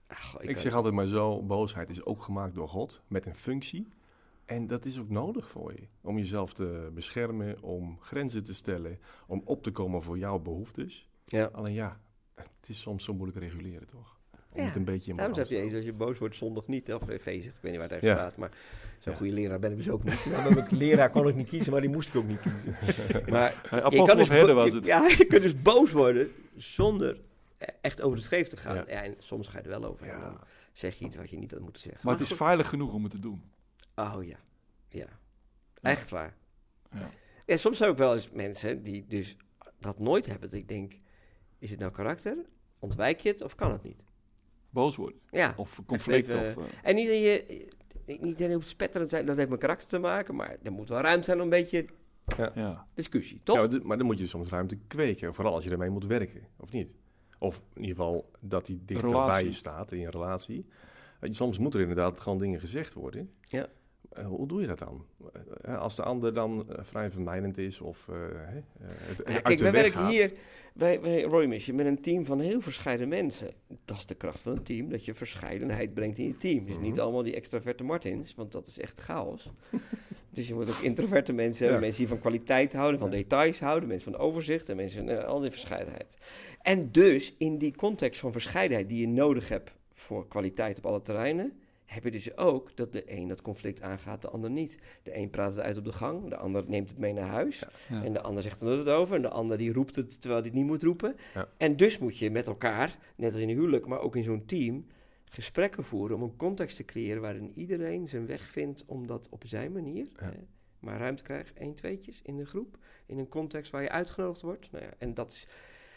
Ik zeg altijd maar zo, boosheid is ook gemaakt door God, met een functie. En dat is ook nodig voor je. Om jezelf te beschermen, om grenzen te stellen, om op te komen voor jouw behoeftes. Ja. Alleen het is soms zo moeilijk reguleren, toch? Om het een beetje in Daarom balans zegt te hij eens, als je boos wordt, zondig niet. Of vezig, ik weet niet waar het echt Ja. staat. Maar zo'n goede leraar ben ik dus ook niet. Nou, met leraar kon ik niet kiezen, maar die moest ik ook niet kiezen. Maar Apostel of herder was het. Ja, je kunt dus boos worden zonder echt over de scheef te gaan. Ja. Ja, en soms ga je er wel over. Ja. En dan zeg je iets wat je niet had moeten zeggen. Maar het is goed. veilig genoeg om het te doen. Oh ja. Ja. Echt waar. Ja. Ja, soms zijn ook wel eens mensen die dus dat nooit hebben. Dat ik denk, is het nou karakter? Ontwijk je het of kan het niet? Boos worden. Ja. Of conflict. even- Of, En niet dat niet iedereen hoeft spetterend te zijn, dat heeft met karakter te maken, maar er moet wel ruimte zijn om een beetje ja. discussie, toch? Ja, maar dan moet je soms ruimte kweken. Vooral als je ermee moet werken, of niet? Of in ieder geval dat hij dichter bij Relatie. je staat in je relatie. Soms moet er inderdaad gewoon dingen gezegd worden. Ja. Hoe doe je dat dan? Als de ander dan vrij vermijdend is of Ja, uit kijk, de wij weg werken gaat. hier bij Roy Mission met een team van heel verscheiden mensen. Dat is de kracht van een team, dat je verscheidenheid brengt in je team. Dus niet allemaal die extraverte Martins, want dat is echt chaos. Dus je moet ook introverte mensen hebben, mensen die van kwaliteit houden, van details houden, mensen van overzicht en mensen al die verscheidenheid. En dus in die context van verscheidenheid die je nodig hebt voor kwaliteit op alle terreinen, heb je dus ook dat de een dat conflict aangaat, de ander niet. De een praat het uit op de gang, de ander neemt het mee naar huis. Ja. En de ander zegt er nooit het over. En de ander die roept het terwijl hij het niet moet roepen. Ja. En dus moet je met elkaar, net als in een huwelijk, maar ook in zo'n team, gesprekken voeren om een context te creëren waarin iedereen zijn weg vindt om dat op zijn manier, maar ruimte krijgt, 1, 2'tjes in de groep, in een context waar je uitgenodigd wordt. Nou ja, en dat is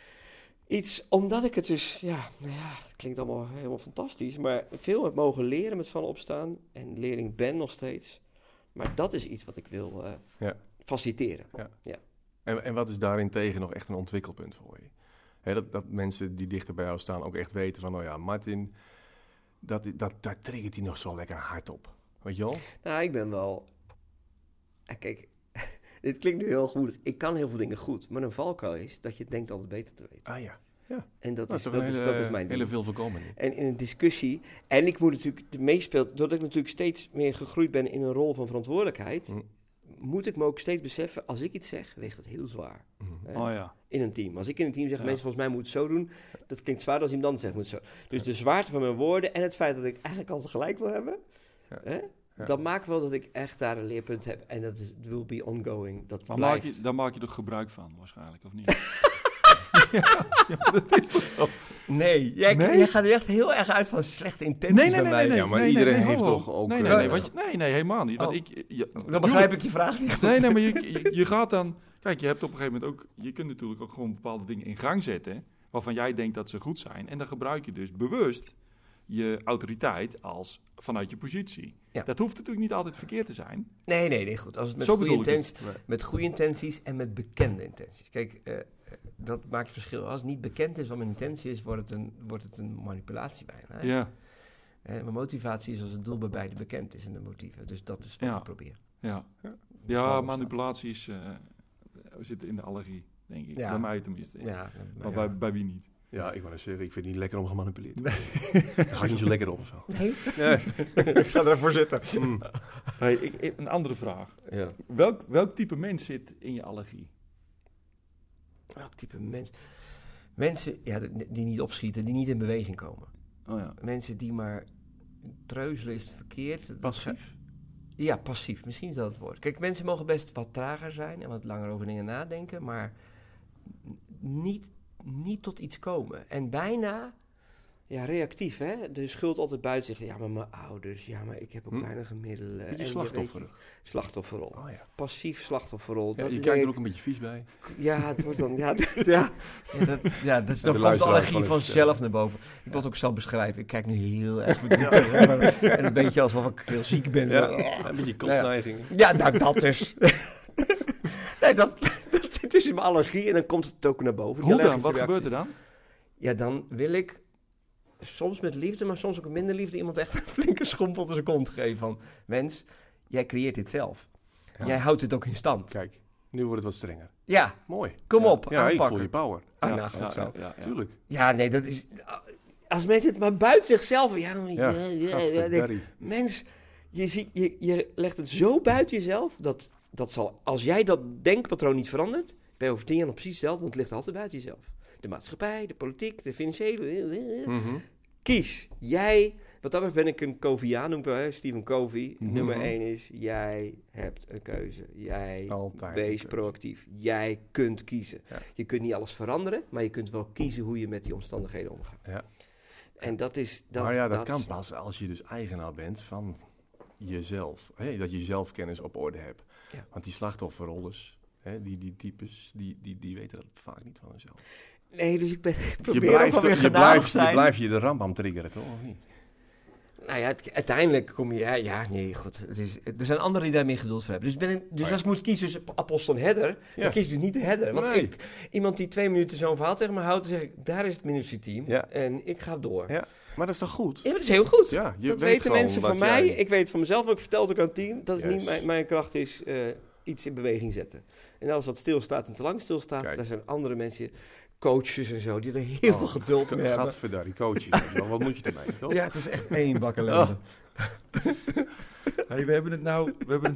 iets, omdat ik het dus, het klinkt allemaal helemaal fantastisch, maar veel heb mogen leren met vallen opstaan en leerling ben nog steeds. Maar dat is iets wat ik wil faciliteren. Ja. En wat is daarin tegen nog echt een ontwikkelpunt voor je? Dat mensen die dichter bij jou staan ook echt weten van, oh ja, Martin, daar triggert hij nog zo lekker hard op. Weet je wel? Nou, ik ben wel... Kijk, dit klinkt nu heel goed. Ik kan heel veel dingen goed. Maar een valkuil is dat je denkt altijd beter te weten. Ah ja. En dat is mijn hele ding. veel voorkomen. En in een discussie... En ik moet natuurlijk meespeelt... Doordat ik natuurlijk steeds meer gegroeid ben in een rol van verantwoordelijkheid... moet ik me ook steeds beseffen... Als ik iets zeg, weegt dat heel zwaar. In een team. Als ik in een team zeg... Mensen, volgens mij moet het zo doen. Dat klinkt zwaar als iemand anders zegt, moet het zo. Dus de zwaarte van mijn woorden... En het feit dat ik eigenlijk altijd gelijk wil hebben... Dat maakt wel dat ik echt daar een leerpunt heb. En dat is, will be ongoing. Dat blijft. Daar maak je er gebruik van, waarschijnlijk, of niet? Dat is toch zo? Nee, jij gaat er echt heel erg uit van slechte intenties bij mij. Ja, maar iedereen heeft toch ook... Nee, helemaal niet. Want Dan begrijp ik je vraag niet. Nee, maar je gaat dan... Kijk, je hebt op een gegeven moment ook... Je kunt natuurlijk ook gewoon bepaalde dingen in gang zetten... waarvan jij denkt dat ze goed zijn. En dan gebruik je dus bewust je autoriteit als vanuit je positie. Ja. Dat hoeft natuurlijk niet altijd verkeerd te zijn. Nee, goed. Als het met goede intenties en met bekende intenties. Kijk, dat maakt verschil. Als het niet bekend is wat mijn intentie is, wordt het een manipulatie bijna. Hè? Ja. Mijn motivatie is als het doel bij beide bekend is en de motieven. Dus dat is wat ik probeer. Ja, manipulatie is, zit in de allergie, denk ik. Bij mij tenminste. Ja, maar bij wie niet? Ja, ik wou zeggen, ik vind het niet lekker om gemanipuleerd te worden. Daar ga ik niet zo lekker op of zo. Nee. Ik ga ervoor zitten. Hey, een andere vraag. Ja. Welk type mens zit in je allergie? Welk type mens? Mensen die niet opschieten, die niet in beweging komen. Oh ja. Mensen die maar treuzelen is het verkeerd. Passief? Ja, passief. Misschien is dat het woord. Kijk, mensen mogen best wat trager zijn en wat langer over dingen nadenken, maar niet tot iets komen. En bijna reactief, hè? De schuld altijd buiten zich. Ja, maar mijn ouders. Ja, maar ik heb ook weinig middelen. Beetje slachtoffer. Slachtofferrol. Oh, ja. Passief slachtofferrol. Ja, je kijkt er ook een beetje vies bij. Ja, het wordt dan... dan komt de allergie vanzelf naar boven. Ik wil het ook zelf beschrijven. Ik kijk nu heel erg en een beetje alsof ik heel ziek ben. Ja, een beetje kotsneiging. Ja, nou, dat dus. Nee, dat zit dus in mijn allergie en dan komt het ook naar boven. Hoe dan? Wat gebeurt er dan? Ja, dan wil ik soms met liefde, maar soms ook met minder liefde iemand echt een flinke schompel op zijn kont geven van, mens, jij creëert dit zelf. Ja. Jij houdt dit ook in stand. Kijk, nu wordt het wat strenger. Ja. Mooi. Kom op, ja, aanpakken. ik voel je power. Nou, goed zo. Tuurlijk. Ja, nee, dat is... als mensen het maar buiten zichzelf... gadverdarrie. Mens, je legt het zo buiten jezelf... dat zal, als jij dat denkpatroon niet verandert... ben je over 10 jaar nog precies hetzelfde... want het ligt altijd buiten jezelf. De maatschappij, de politiek, de financiële... Kies. Jij... Wat dat betreft ben ik een Coviaan, noem ik wel, Stephen Covey. Nummer 1 is, jij hebt een keuze. Jij Altijd wees proactief. Jij kunt kiezen. Ja. Je kunt niet alles veranderen, maar je kunt wel kiezen hoe je met die omstandigheden omgaat. Ja. En dat is... Dat kan pas als je dus eigenaar bent van jezelf. Dat je zelfkennis op orde hebt. Ja. Want die slachtofferrollers, die types, die weten dat vaak niet van hunzelf. Nee, dus ik probeer ook wel weer genadig zijn. Je blijft je de Rambam triggeren, toch? Of niet? Nou ja, uiteindelijk kom je... goed. Er zijn anderen die daar meer geduld voor hebben. Dus als ik moet kiezen tussen apostel en herder... dan kies ik dus niet de herder. Want iemand die 2 minuten zo'n verhaal tegen me houdt... dan zeg ik, daar is het ministry-team. Ja. En ik ga door. Ja, maar dat is toch goed? Ja, dat is heel goed. Ja, dat weten mensen van mij. Ik weet van mezelf, wat ik vertel ook aan het team... dat het niet mijn kracht is iets in beweging zetten. En alles wat stilstaat en te lang stilstaat... daar zijn andere mensen... coaches en zo, die er heel veel geduld mee hebben. Gadverdarrie, coaches. Wat moet je ermee, toch? Ja, het is echt 1 bak ellende. Hey, we hebben het nou...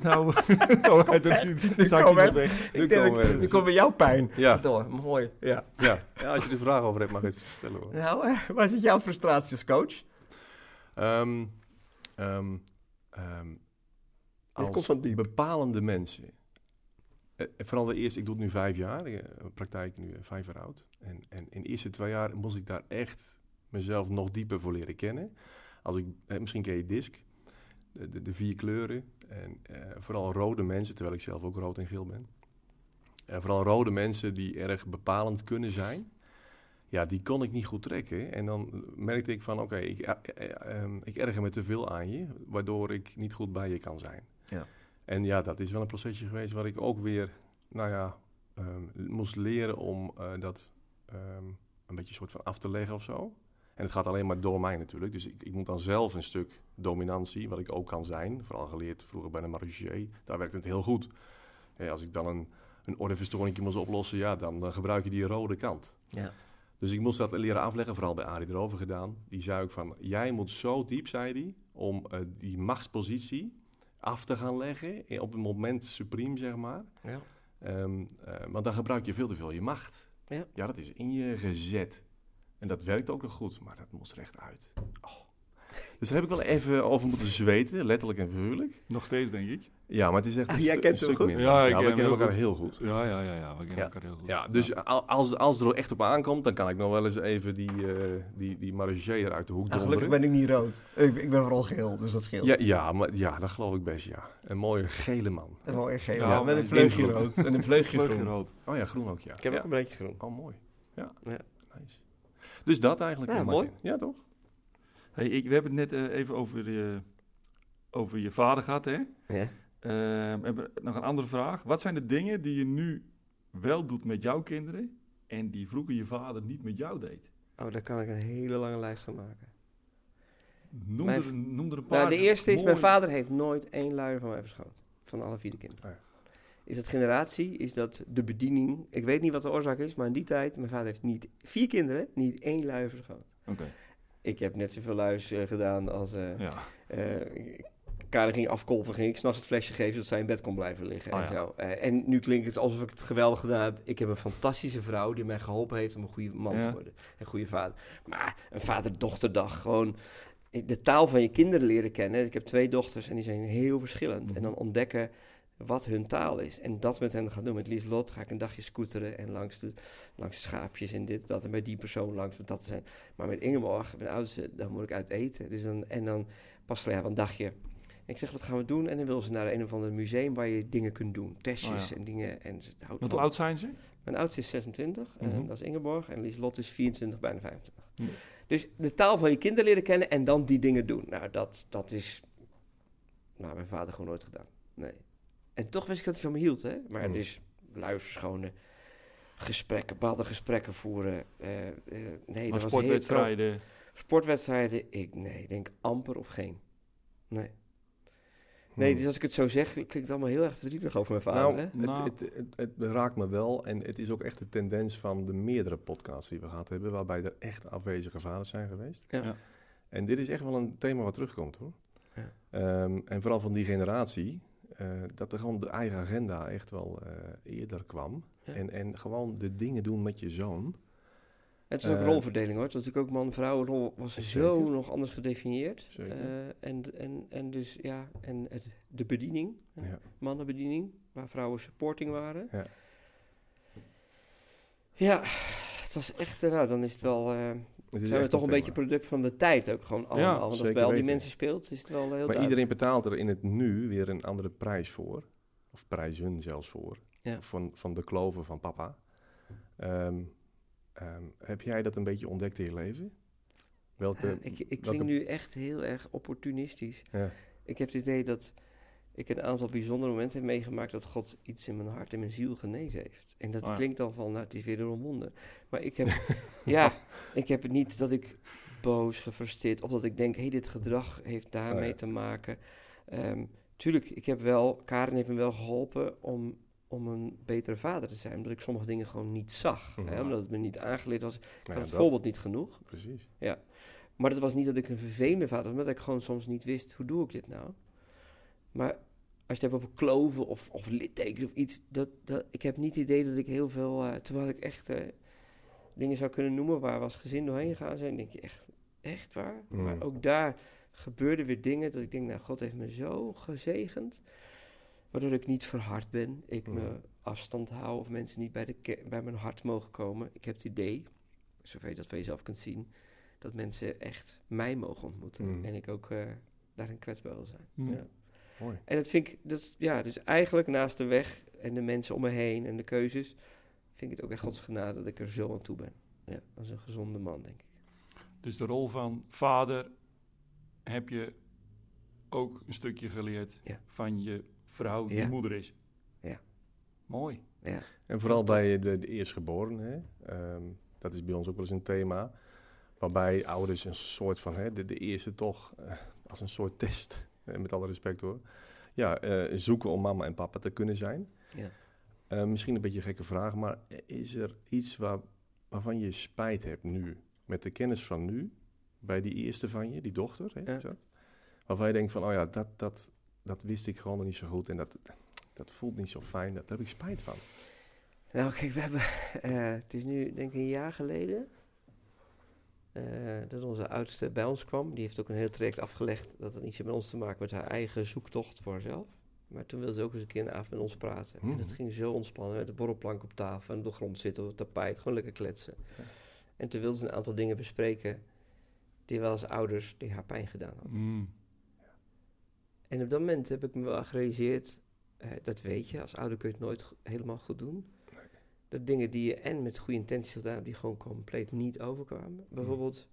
Nu komt bij jouw pijn. Ja. Door, mooi. Ja, als je er vragen over hebt, mag je het vertellen, hoor. Nou, waar zit jouw frustratie als coach? Als bepalende mensen... Vooral de eerste, ik doe het nu 5 jaar, praktijk nu 5 jaar oud. En in de eerste 2 jaar moest ik daar echt mezelf nog dieper voor leren kennen. Misschien ken je DISC, de 4 kleuren. En vooral rode mensen, terwijl ik zelf ook rood en geel ben. Vooral rode mensen die erg bepalend kunnen zijn. Ja, die kon ik niet goed trekken. En dan merkte ik van, oké, ik erger me te veel aan je, waardoor ik niet goed bij je kan zijn. Ja. En ja, dat is wel een procesje geweest waar ik ook weer, moest leren om dat een beetje soort van af te leggen of zo. En het gaat alleen maar door mij natuurlijk. Dus ik moet dan zelf een stuk dominantie, wat ik ook kan zijn. Vooral geleerd vroeger bij de marechaussee. Daar werkt het heel goed. Als ik dan een ordeverstoring moest oplossen, dan gebruik je die rode kant. Ja. Dus ik moest dat leren afleggen, vooral bij Arie erover gedaan. Die zei ook van, jij moet zo diep, zei hij, om die machtspositie af te gaan leggen, op het moment supreme, zeg maar. Ja. Want dan gebruik je veel te veel je macht. Ja, dat is in je gezet. En dat werkt ook nog goed, maar dat moest er echt uit. Oh. Dus daar heb ik wel even over moeten zweten, letterlijk en figuurlijk. Nog steeds, denk ik. Ja, maar het is echt een stuk minder. Ja, we kennen elkaar heel goed. Ja, we kennen elkaar heel goed. Ja, dus als er echt op aankomt, dan kan ik nog wel eens even die marechaussee uit de hoek donderen. Gelukkig ben ik niet rood. Ik ben vooral geel, dus dat scheelt. Ja, dat geloof ik best, ja. Een mooie gele man. Een mooie gele man, met een vleugje rood. En een vleugje groen. Oh ja, groen ook, ja. Ik heb ook een beetje groen. Oh, mooi. Ja. Nice. Dus dat eigenlijk. Ja, mooi. Ja, toch? Hey, we hebben het net even over je vader gehad, hè? Ja. We hebben nog een andere vraag. Wat zijn de dingen die je nu wel doet met jouw kinderen en die vroeger je vader niet met jou deed? Oh, daar kan ik een hele lange lijst van maken. Noem er een paar. Nou, de eerste is, mijn vader heeft nooit 1 luier van mij verschoond. Van alle 4 kinderen. Ja. Is dat generatie? Is dat de bediening? Ik weet niet wat de oorzaak is, maar in die tijd, mijn vader heeft niet 4 kinderen, niet 1 luier verschoond. Oké. Ik heb net zoveel luiers gedaan als... Karin ging afkolven, ging ik 's nachts het flesje geven zodat zij in bed kon blijven liggen. En zo. En nu klinkt het alsof ik het geweldig gedaan heb. Ik heb een fantastische vrouw die mij geholpen heeft om een goede man te worden. Een goede vader. Maar een vader-dochterdag, gewoon de taal van je kinderen leren kennen. Ik heb 2 dochters en die zijn heel verschillend. Mm-hmm. En dan ontdekken wat hun taal is. En dat met hen gaan doen. Met Lieslot ga ik een dagje scooteren en langs de schaapjes en dit, dat. En bij die persoon langs, wat dat zijn. Maar met Ingeborg, mijn oudste, dan moet ik uit eten. Dus dan pas een dagje. Ik zeg, wat gaan we doen? En dan wil ze naar een of ander museum waar je dingen kunt doen. Testjes en dingen. En hoe oud zijn ze? Mijn oudste is 26, en dat is Ingeborg. En Lieslot is 24, bijna 25. Mm-hmm. Dus de taal van je kinderen leren kennen en dan die dingen doen. Nou, dat is mijn vader gewoon nooit gedaan. Nee. En toch wist ik dat hij van me hield, hè. Maar dus luiers verschonen, bepaalde gesprekken voeren. Nee, dat was sportwedstrijden? Sportwedstrijden, ik denk amper of geen. Nee. Nee, dus als ik het zo zeg, klinkt het allemaal heel erg verdrietig over mijn vader. Nou, het raakt me wel. En het is ook echt de tendens van de meerdere podcasts die we gehad hebben, waarbij er echt afwezige vaders zijn geweest. Ja. En dit is echt wel een thema wat terugkomt, hoor. Ja. En vooral van die generatie, dat er gewoon de eigen agenda echt wel eerder kwam. Ja. En gewoon de dingen doen met je zoon. Het is ook rolverdeling, hoor. Het was natuurlijk ook man-vrouwenrol was Zeker. zo nog anders gedefinieerd. Zeker. En dus, ja, en de bediening, Ja. mannenbediening, waar vrouwen supporting waren. Ja. Ja, het was echt, nou, dan is het wel, Het is zijn we echt toch een thema. beetje product van de tijd ook gewoon allemaal. Want als het zeker bij al die weten. mensen speelt, is het wel heel Maar duidelijk. iedereen betaalt er in het nu weer een andere prijs voor. Of prijzen zelfs voor. Ja. Van de kloven van papa. Heb jij dat een beetje ontdekt in je leven? Welke... Ik klink nu echt heel erg opportunistisch. Ja. Ik heb het idee dat ik een aantal bijzondere momenten heb meegemaakt dat God iets in mijn hart en mijn ziel genezen heeft. En dat klinkt dan van, nou, het is weer een wonder. Maar ik heb, ik heb het niet dat ik boos, gefrustreerd, of dat ik denk, dit gedrag heeft daarmee te maken. Tuurlijk, Karen heeft me wel geholpen om een betere vader te zijn, omdat ik sommige dingen gewoon niet zag. Mhm. Omdat het me niet aangeleerd was. Ik had het dat. voorbeeld niet genoeg. Precies. Ja. Maar dat was niet dat ik een vervelende vader was, maar dat ik gewoon soms niet wist, hoe doe ik dit nou? Maar als je het hebt over kloven of littekens of iets, ik heb niet het idee dat ik heel veel, terwijl ik echt dingen zou kunnen noemen waar we als gezin doorheen gaan zijn, denk je echt waar? Mm. Maar ook daar gebeurden weer dingen dat ik denk, nou, God heeft me zo gezegend, waardoor ik niet verhard ben, ik me afstand hou of mensen niet bij mijn hart mogen komen. Ik heb het idee, zover je dat van jezelf kunt zien, dat mensen echt mij mogen ontmoeten. En ik ook daarin kwetsbaar wil zijn. Ja. Mooi. En dat vind ik, dus eigenlijk naast de weg en de mensen om me heen en de keuzes, vind ik het ook echt Gods genade dat ik er zo aan toe ben. Ja, als een gezonde man, denk ik. Dus de rol van vader heb je ook een stukje geleerd van je vrouw die moeder is. Ja. Mooi. Ja. En vooral bij de eerstgeborenen, dat is bij ons ook wel eens een thema, waarbij ouders een soort van, de eerste toch, als een soort test, met alle respect hoor, zoeken om mama en papa te kunnen zijn. Ja. Misschien een beetje een gekke vraag, maar is er iets waarvan je spijt hebt nu, met de kennis van nu, bij die eerste van je, die dochter, waarvan je denkt van, dat wist ik gewoon nog niet zo goed en dat voelt niet zo fijn, daar heb ik spijt van. Nou, kijk, we hebben, het is nu denk ik een jaar geleden, dat onze oudste bij ons kwam. Die heeft ook een heel traject afgelegd, dat had niets met ons te maken met haar eigen zoektocht voor haarzelf. Maar toen wilde ze ook eens een keer een avond met ons praten. En dat ging zo ontspannen, met de borrelplank op tafel en op de grond zitten, op het tapijt, gewoon lekker kletsen. Ja. En toen wilde ze een aantal dingen bespreken die wel als ouders die haar pijn gedaan hadden. En op dat moment heb ik me wel gerealiseerd, dat weet je, als ouder kun je het nooit helemaal goed doen. Dat dingen die je en met goede intenties gedaan hebt, die gewoon compleet niet overkwamen. Bijvoorbeeld,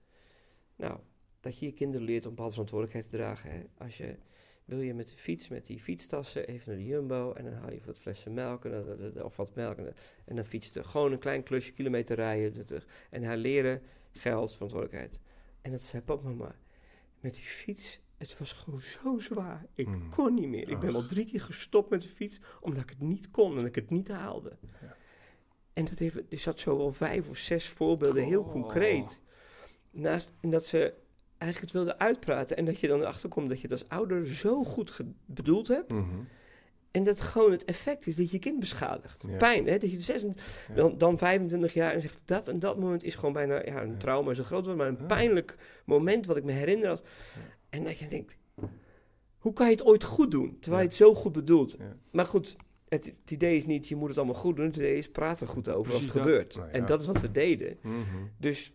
dat je je kinderen leert om een bepaalde verantwoordelijkheid te dragen. Hè? Wil je met de fiets, met die fietstassen, even naar de Jumbo en dan haal je wat flessen melk of wat melk. En dan fiets je gewoon een klein klusje, kilometer rijden. En haar leren geld, verantwoordelijkheid. En dat zei papa, mama, met die fiets, het was gewoon zo zwaar. Ik kon niet meer. Ik ben wel 3 keer gestopt met de fiets, omdat ik het niet kon en ik het niet haalde. Ja. En er zat zo wel 5 of 6 voorbeelden, heel concreet. Naast en dat ze eigenlijk het wilde uitpraten en dat je dan erachter komt dat je het als ouder zo goed bedoeld hebt. En dat gewoon het effect is dat je kind beschadigt. Ja. Pijn, hè? Dat je dan 25 jaar en zegt dat en dat moment is gewoon bijna een trauma is een groot woord, maar een pijnlijk moment wat ik me herinner had. En dat je denkt, hoe kan je het ooit goed doen, terwijl je het zo goed bedoelt? Ja. Maar goed, het idee is niet, je moet het allemaal goed doen. Het idee is, praat er goed over als het gebeurt. Nou, en dat is wat we deden. Dus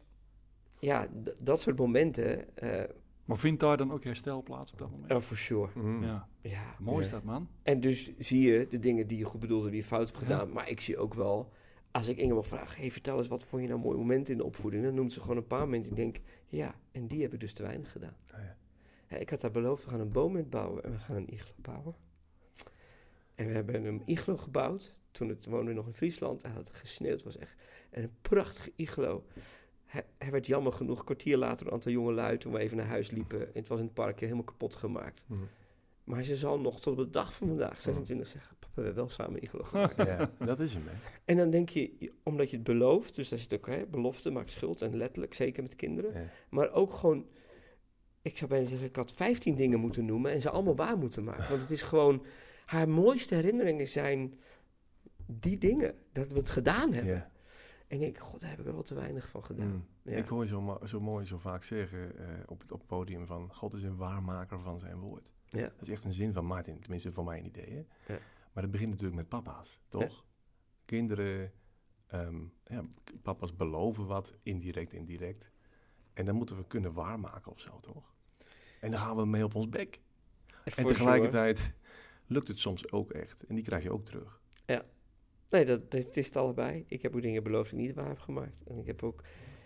dat soort momenten. Maar vindt daar dan ook herstel plaats op dat moment? Oh, for sure. Ja. Mooi is dat, man. En dus zie je de dingen die je goed bedoelt en die je fout hebt gedaan. Maar ik zie ook wel, als ik Ingeborg vraag, vertel eens, wat vond je nou mooie momenten in de opvoeding? Dan noemt ze gewoon een paar momenten. Ik denk, en die heb ik dus te weinig gedaan. Ik had haar beloofd, we gaan een boom bouwen en we gaan een iglo bouwen. En we hebben een iglo gebouwd. Toen woonden we nog in Friesland. Hij had gesneeuwd, was echt een prachtige iglo. Hij werd jammer genoeg, een kwartier later een aantal jonge lui, toen we even naar huis liepen. Het was in het parkje helemaal kapot gemaakt. Maar ze zal nog tot op de dag van vandaag, 26, zeggen... Papa, we hebben wel samen ingeloof gemaakt. Ja, dat is hem, hè. En dan denk je, omdat je het belooft... Dus daar zit ook, belofte maakt schuld. En letterlijk, zeker met kinderen. Ja. Maar ook gewoon... Ik zou bijna zeggen, ik had 15 dingen moeten noemen... en ze allemaal waar moeten maken. Want het is gewoon... Haar mooiste herinneringen zijn... die dingen, dat we het gedaan hebben. Ja. En ik denk, god, daar heb ik er wel te weinig van gedaan. Ja. Ik hoor je zo mooi zo vaak zeggen op het podium van... God is een waarmaker van zijn woord. Ja. Dat is echt een zin van Martin, tenminste voor mijn idee. Hè? Ja. Maar dat begint natuurlijk met papa's, toch? Ja. Kinderen, papa's beloven wat, indirect. En dan moeten we kunnen waarmaken of zo, toch? En dan gaan we mee op ons bek. En tegelijkertijd lukt het soms ook echt. En die krijg je ook terug. Ja. Nee, dat is het allebei. Ik heb ook dingen beloofd die ik niet waar heb gemaakt. En ik heb ook...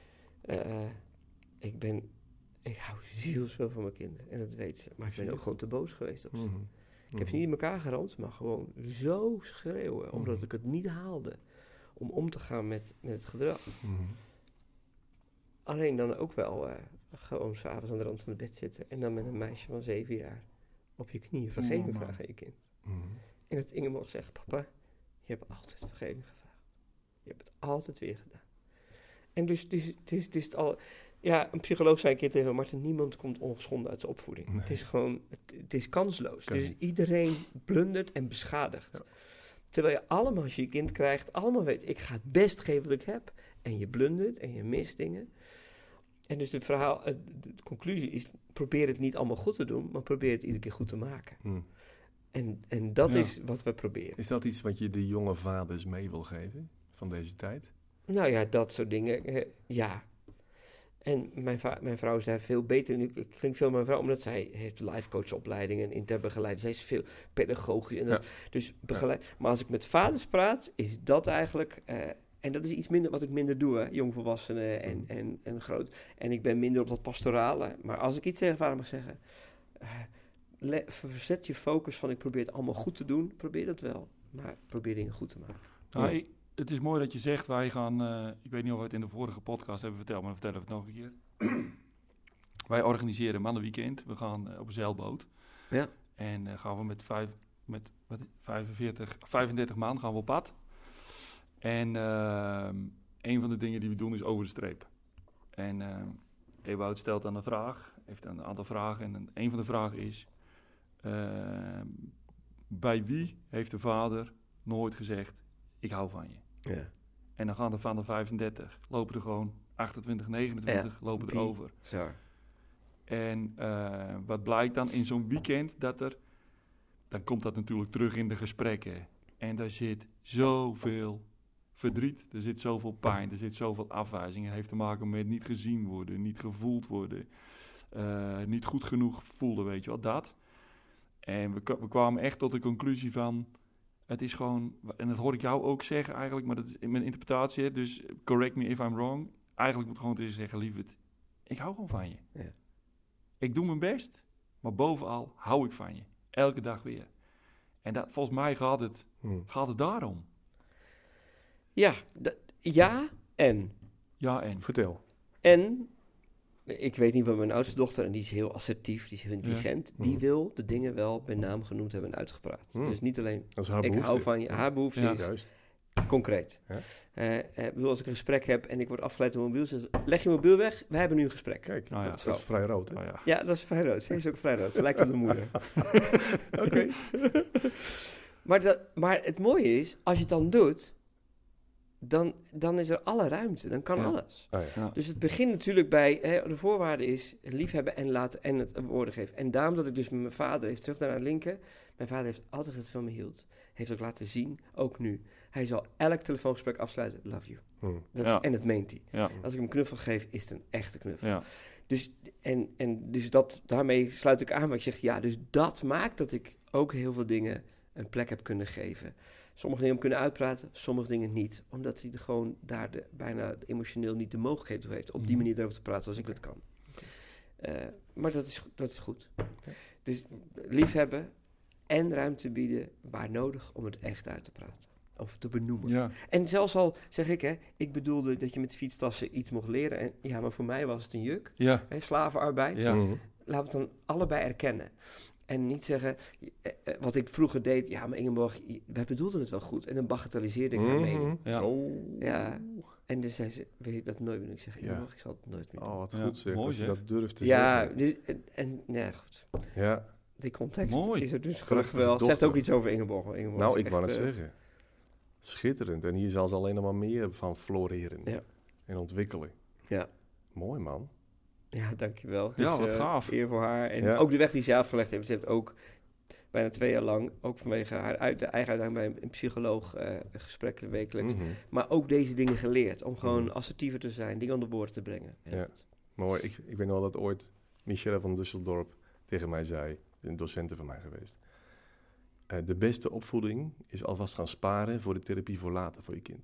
Ik hou zielsveel van mijn kinderen. En dat weten ze. Maar ik ben ook gewoon te boos geweest op ze. Mm-hmm. Ik heb ze niet in elkaar geramd, maar gewoon zo schreeuwen. Omdat ik het niet haalde. Om te gaan met het gedrag. Mm-hmm. Alleen dan ook wel gewoon s'avonds aan de rand van het bed zitten. En dan met een meisje van 7 jaar op je knieën vergeving vragen aan je kind. Mm-hmm. En dat Inge mocht zeggen, papa, je hebt altijd vergeving gevraagd. Je hebt het altijd weer gedaan. En dus het is al... Ja, een psycholoog zei een keer tegen Martin, niemand komt ongeschonden uit zijn opvoeding. Nee. Het is gewoon, het is kansloos. Kan dus niet. iedereen blundert en beschadigt. Ja. Terwijl je allemaal, als je je kind krijgt, allemaal weet, ik ga het best geven wat ik heb. En je blundert en je mist dingen. En dus de conclusie is, probeer het niet allemaal goed te doen, maar probeer het iedere keer goed te maken. En dat is wat we proberen. Is dat iets wat je de jonge vaders mee wil geven van deze tijd? Nou ja, dat soort dingen, ja. En mijn vrouw is daar veel beter in. Ik klink veel met mijn vrouw, omdat zij heeft lifecoachopleidingen en intern begeleid. Zij is veel pedagogisch. En dus begeleid. Ja. Maar als ik met vaders praat, is dat eigenlijk... en dat is iets minder wat ik minder doe, hè. Jongvolwassenen en groot. En ik ben minder op dat pastorale. Maar als ik iets tegen vader mag zeggen... verzet je focus van ik probeer het allemaal goed te doen. Probeer dat wel. Maar probeer dingen goed te maken. Nou, het is mooi dat je zegt, wij gaan... ik weet niet of we het in de vorige podcast hebben verteld, maar vertellen we het nog een keer. Wij organiseren een mannenweekend. We gaan op een zeilboot. Ja. En gaan we met 35 man gaan we op pad. En een van de dingen die we doen is over de streep. En Ewout stelt dan een vraag, heeft een aantal vragen. En een van de vragen is... bij wie heeft de vader nooit gezegd... ik hou van je. Ja. En dan gaan er van de 35, lopen er gewoon 28, 29, lopen er over. Zo. En wat blijkt dan in zo'n weekend, dan komt dat natuurlijk terug in de gesprekken. En daar zit zoveel verdriet, er zit zoveel pijn, er zit zoveel afwijzing. Het heeft te maken met niet gezien worden, niet gevoeld worden, niet goed genoeg voelen, weet je wel, dat. En we kwamen echt tot de conclusie van... Het is gewoon, en dat hoor ik jou ook zeggen eigenlijk, maar dat is in mijn interpretatie, dus correct me if I'm wrong. Eigenlijk moet gewoon tegen zeggen, lieverd, ik hou gewoon van je. Ja. Ik doe mijn best, maar bovenal hou ik van je. Elke dag weer. En dat, volgens mij gaat het daarom. Ja, ja en. Vertel. En, ik weet niet van mijn oudste dochter, en die is heel assertief, die is heel intelligent. Ja. Die wil de dingen wel bij naam genoemd hebben en uitgepraat. Dus niet alleen, ik hou van je, haar behoefte is juist. Concreet. Ja. Als ik een gesprek heb en ik word afgeleid door mijn mobiel, leg je mobiel weg, we hebben nu een gesprek. Kijk, dat is vrij rood, hè? Ja, dat is vrij rood. Ze is ook vrij rood. Ze lijkt op de moeder. Oké. Maar het mooie is, als je het dan doet... Dan is er alle ruimte, dan kan alles. Dus het begint natuurlijk bij, de voorwaarde is liefhebben en laten en het woorden geven. En daarom dat ik dus met mijn vader, even terug naar linker, mijn vader heeft altijd het van me hield. Heeft ook laten zien, ook nu. Hij zal elk telefoongesprek afsluiten, love you. En dat meent hij. Ja. Als ik hem een knuffel geef, is het een echte knuffel. Ja. Dus, dus daarmee sluit ik aan wat je zegt, dus dat maakt dat ik ook heel veel dingen een plek heb kunnen geven. Sommige dingen kunnen uitpraten, sommige dingen niet. Omdat hij gewoon daar bijna emotioneel niet de mogelijkheid toe heeft... op die manier erover te praten zoals ik het kan. Maar dat is goed. Dus liefhebben en ruimte bieden waar nodig om het echt uit te praten. Of te benoemen. Ja. En zelfs al zeg ik bedoelde dat je met de fietstassen iets mocht leren. En maar voor mij was het een juk. Ja. Slavenarbeid. Ja. Laten we het dan allebei erkennen. En niet zeggen, wat ik vroeger deed, ja, maar Ingeborg, wij bedoelden het wel goed. En dan bagatelliseerde ik haar mening. Ja. Ja. En dus zei ze, wil je dat nooit meer doen? Ik zeg, Ingeborg, ik zal het nooit meer doen. Oh, wat Ja, goed zeg, mooi dat je zeg. dat durft te Ja, zeggen. goed. Ja, Die context Mooi. is er dus gelukkig Prachtige wel. Het zegt dochter. ook iets over Ingeborg. Ingeborg nou, is ik wou echt, het zeggen. Schitterend. En hier zal ze alleen nog maar meer van floreren. Ja. En ontwikkelen. Ja. Mooi, man. Ja, dankjewel. Ja, wat gaaf. Eer voor haar. En Ja. ook de weg die ze afgelegd heeft. Ze heeft ook bijna 2 jaar lang, ook vanwege haar de eigen uitdaging bij een psycholoog, gesprekken wekelijks. Mhm. Maar ook deze dingen geleerd. Om gewoon assertiever te zijn, dingen onder woorden te brengen. Heel Ja. goed. Mooi. Ik weet nog dat ooit Michelle van Düsseldorp tegen mij zei, een docente van mij geweest. De beste opvoeding is alvast gaan sparen voor de therapie voor later, voor je kind.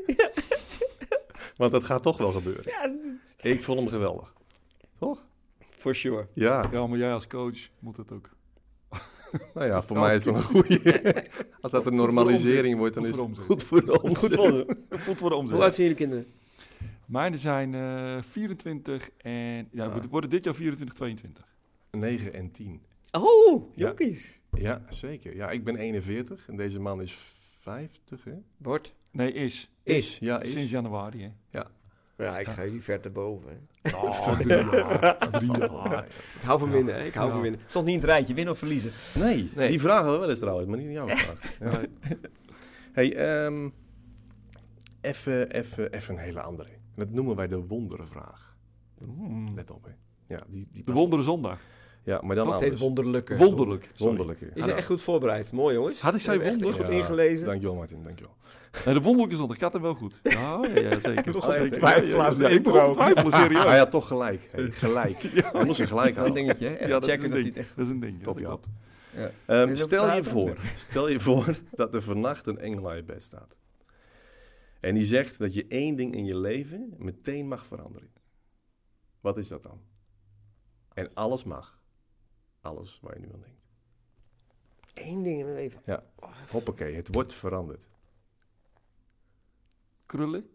Want dat gaat toch wel gebeuren. Ja, Ik vond hem geweldig. Toch? for sure. Ja. Ja, maar jij als coach moet het ook. Nou ja, voor mij is het wel een goede. Als dat een normalisering wordt, dan Goed is voor het omzet. goed voor de omzet. Goed vonden. Goed voor de omzet. Hoe oud zijn jullie kinderen? Mijne zijn 24 en... Ja, we worden dit jaar 24, 22. 9 en 10. Oh, Ja. jonkies. Ja, zeker. Ja, ik ben 41 en deze man is 50, hè? Wordt. Nee, is. Ja, is. Sinds januari, hè. Ja, ik ga jullie ver te boven. Hè. Oh, 3 jaar. 3 jaar. Ik hou van winnen, hè. Ik hou van winnen. Stond niet in het rijtje, winnen of verliezen. Nee, Nee. die vragen we wel eens trouwens, maar niet aan jou gevraagd. Ja. Hey, even een hele andere. Dat noemen wij de wondervraag. Let op, hè. Ja, die De past- wondere zondag. Ja, maar dan Dat heet anders. wonderlijke. Wonderlijk. Sorry. Wonderlijke. Je bent echt goed voorbereid. Mooi, jongens. Had ik zei We hebben echt wonder? goed ingelezen. Dankjewel, Martin, dankjewel. Nee, de wonderlijke zondag. Ik had hem wel goed. Ja, ja zeker. Toch Zeker. een twijfelaar, Ja, ik begon te twijfelen, serieus. Hij had toch gelijk. Hey, gelijk. Hij moest er gelijk Een aan. dingetje, hè. Even Ja, dat is checken een dat hij ding. het echt... Dat is een ding. Top, ja, dat ja. klopt. Ja. Wil Stel ook je voor dat er vannacht een engel aan je bed staat. En die zegt dat je 1 ding in je leven meteen mag veranderen. Wat is dat dan? En alles mag. Alles waar je nu aan denkt. 1 ding in mijn leven. Ja, hoppakee, het wordt veranderd. Krullen?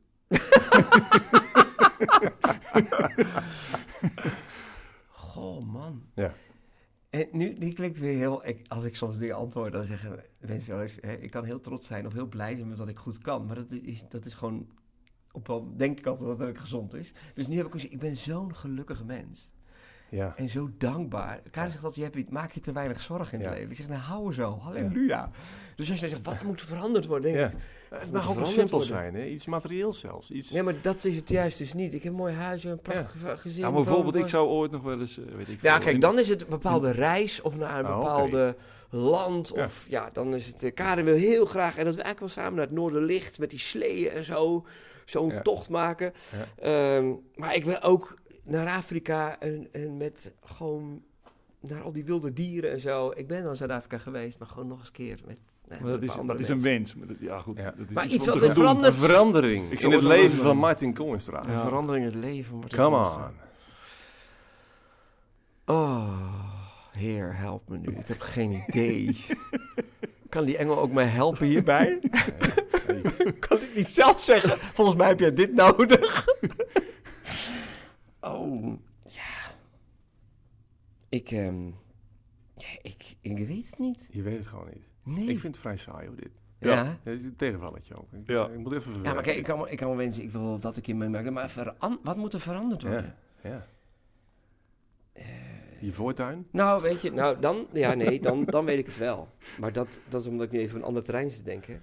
Goh, man. Ja. En nu, die klinkt weer heel... als ik soms dingen antwoord, dan zeggen mensen wel eens... Hè, ik kan heel trots zijn of heel blij zijn met wat ik goed kan. Maar dat is gewoon... denk ik altijd dat het gezond is. Dus nu heb ik gezegd, ik ben zo'n gelukkige mens. Ja. En zo dankbaar. Karin zegt altijd, maak je te weinig zorgen in het Ja. leven. Ik zeg, nou hou er zo. Halleluja. Dus als jij zegt, wat moet veranderd worden? Denk Ja. ik, Het moet mag ook wel veranderd simpel worden. zijn, hè? Iets materieels zelfs. Iets... Nee, maar dat is het juist dus niet. Ik heb een mooi huis, een prachtig gezin. Ja, maar bijvoorbeeld, wonen. ik zou ooit nog wel eens, weet ik Ja, veel, kijk, in- dan is het een bepaalde reis of naar een Ah, bepaalde land. Ja. Of ja, dan is het... Karin wil heel graag, en dat we eigenlijk wel samen naar het Noorderlicht met die sleeën en zo. Zo'n Ja. tocht maken. Ja. Maar ik wil ook naar Afrika en met gewoon naar al die wilde dieren en zo. Ik ben al in Zuid-Afrika geweest, maar gewoon nog eens een keer met Maar een paar andere dat is een mensen. wens. Maar dat- ja, goed. Ja. Dat is Maar iets iets om wat te er gaan doen. verandert. Een verandering Ik in zou het het leven wel van doen. Martin Koenstra. Een Ja. verandering in het leven. wordt het Come ons. on. Oh, Heer, help me nu. Ik heb geen idee. Kan die engel ook mij helpen hierbij? Hey. Kan ik niet zelf zeggen? Volgens mij heb jij dit nodig. Oh, ja. Ik weet het niet. Je weet het gewoon niet. Nee. Ik vind het vrij saai hoor, dit. Ja. Het is een tegenvalletje ook. Ja. Ik moet even verwerken. Ja, maar kijk, ik kan wel wensen, ik wil dat ik in mijn maken. Maar wat moet er veranderd worden? Ja. Je voortuin? Nou, weet je, dan weet ik het wel. Maar dat is omdat ik nu even een ander terrein zit te denken.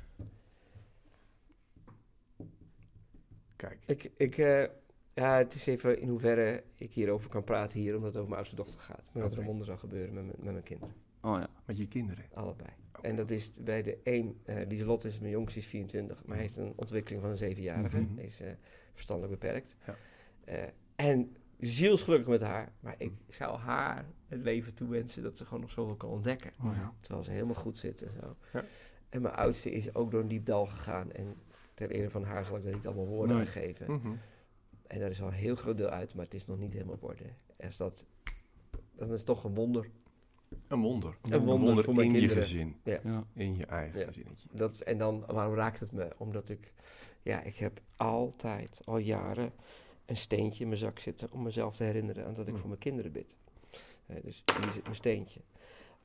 Kijk. Ja, het is even in hoeverre ik hierover kan praten hier, omdat het over mijn oudste dochter gaat. Maar dat er een Oké. wonder zou gebeuren met mijn kinderen. Oh ja. Met je kinderen. Allebei. Oké. En dat is bij de een, Lieselotte is mijn jongste, is 24, maar heeft een ontwikkeling van een 7-jarige. Mhm. Hij is verstandelijk beperkt. Ja. En zielsgelukkig met haar, maar ik zou haar het leven toewensen dat ze gewoon nog zoveel kan ontdekken. Oh ja. Terwijl ze helemaal goed zit en zo. Ja. En mijn oudste is ook door een diep dal gegaan. En ter ere van haar zal ik daar niet allemaal woorden Nee. aan geven. Mhm. En daar is al een heel groot deel uit, maar het is nog niet helemaal op orde. Dan is het toch een wonder. Een wonder. Een wonder voor mijn in je kinderen. gezin. Ja. In je eigen Ja. gezinnetje. En dan, waarom raakt het me? Omdat ik heb altijd, al jaren, een steentje in mijn zak zitten om mezelf te herinneren aan dat ik voor mijn kinderen bid. Dus hier zit mijn steentje.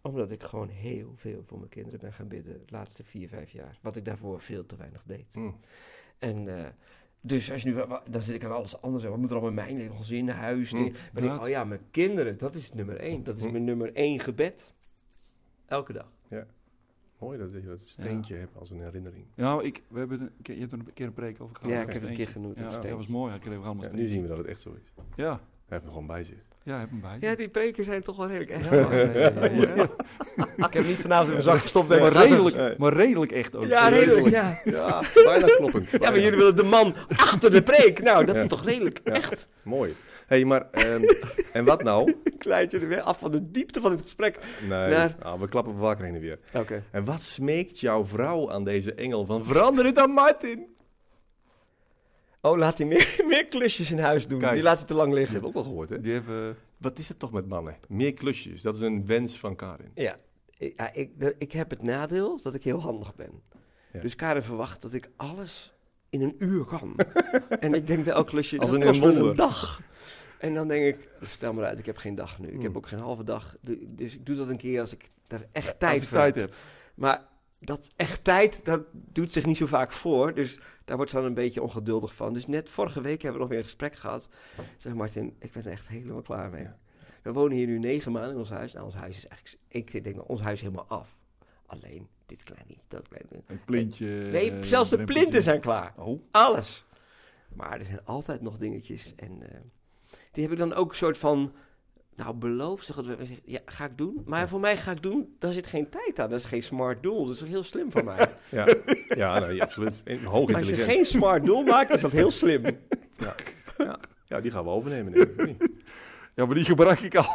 Omdat ik gewoon heel veel voor mijn kinderen ben gaan bidden de laatste 4-5 jaar. Wat ik daarvoor veel te weinig deed. En dus als je nu, dan zit ik aan alles anders. Wat moet er allemaal in mijn leven? Gezin, huis. Maar ik denk, oh ja, mijn kinderen, dat is nummer 1. Dat is mijn nummer 1 gebed. Elke dag. Ja. Mooi dat je dat steentje hebt als een herinnering. Ja, je hebt er een keer een preek over gehad. Ja, ik heb het een keer genoemd. Ja, dat was mooi. Ik kreeg allemaal Nu zien we dat het echt zo is. Ja. Hij heeft hem gewoon bij zich. Ja, heb hem bij. Ja, die preken zijn toch wel redelijk echt. Ja. Ik heb niet vanavond in mijn zak gestopt. Maar redelijk echt ook. Ja, redelijk, ja. Ja, bijna kloppend. Ja, maar jullie willen de man achter de preek. Nou, dat is toch redelijk echt. Mooi. Hé, maar en wat nou? Ik leid jullie weer af van de diepte van het gesprek. Nee, we klappen vaker heen en weer. Oké. En wat smeekt jouw vrouw aan deze engel van verander het aan Martin? Oh, laat hij meer klusjes in huis doen. Kijk, die laat hij te lang Die liggen. heb ik ook wel gehoord, hè? Die hebben... Wat is het toch met mannen? Meer klusjes. Dat is een wens van Karin. Ja, ik heb het nadeel dat ik heel handig ben. Ja. Dus Karin verwacht dat ik alles in een uur kan. En ik denk bij elk klusje, Als dat een kost me wonder. een dag. En dan denk ik, stel maar uit, ik heb geen dag nu. Ik heb ook geen halve dag. Dus ik doe dat een keer als ik daar echt tijd voor heb. Maar dat echt tijd, dat doet zich niet zo vaak voor. Dus daar wordt ze dan een beetje ongeduldig van. Dus net vorige week hebben we nog weer een gesprek gehad. Zeg Martin, ik ben er echt helemaal klaar mee. Ja. We wonen hier nu 9 maanden in ons huis. Nou, ons huis is eigenlijk, ik denk, ons huis is helemaal af. Alleen dit klein niet, dat klein niet. Een plintje. Nee, zelfs de plinten zijn klaar. Oh. Alles. Maar er zijn altijd nog dingetjes. En die heb ik dan ook een soort van... Nou, beloofd. Ja, ga ik doen. Maar voor mij ga ik doen, daar zit geen tijd aan. Dat is geen smart doel. Dat is toch heel slim van mij. Ja, nee, absoluut. Hoog Als je intelligent. geen smart doel maakt, is dat heel slim. Ja, die gaan we overnemen, denk ik. Niet? Ja, maar die gebruik ik al.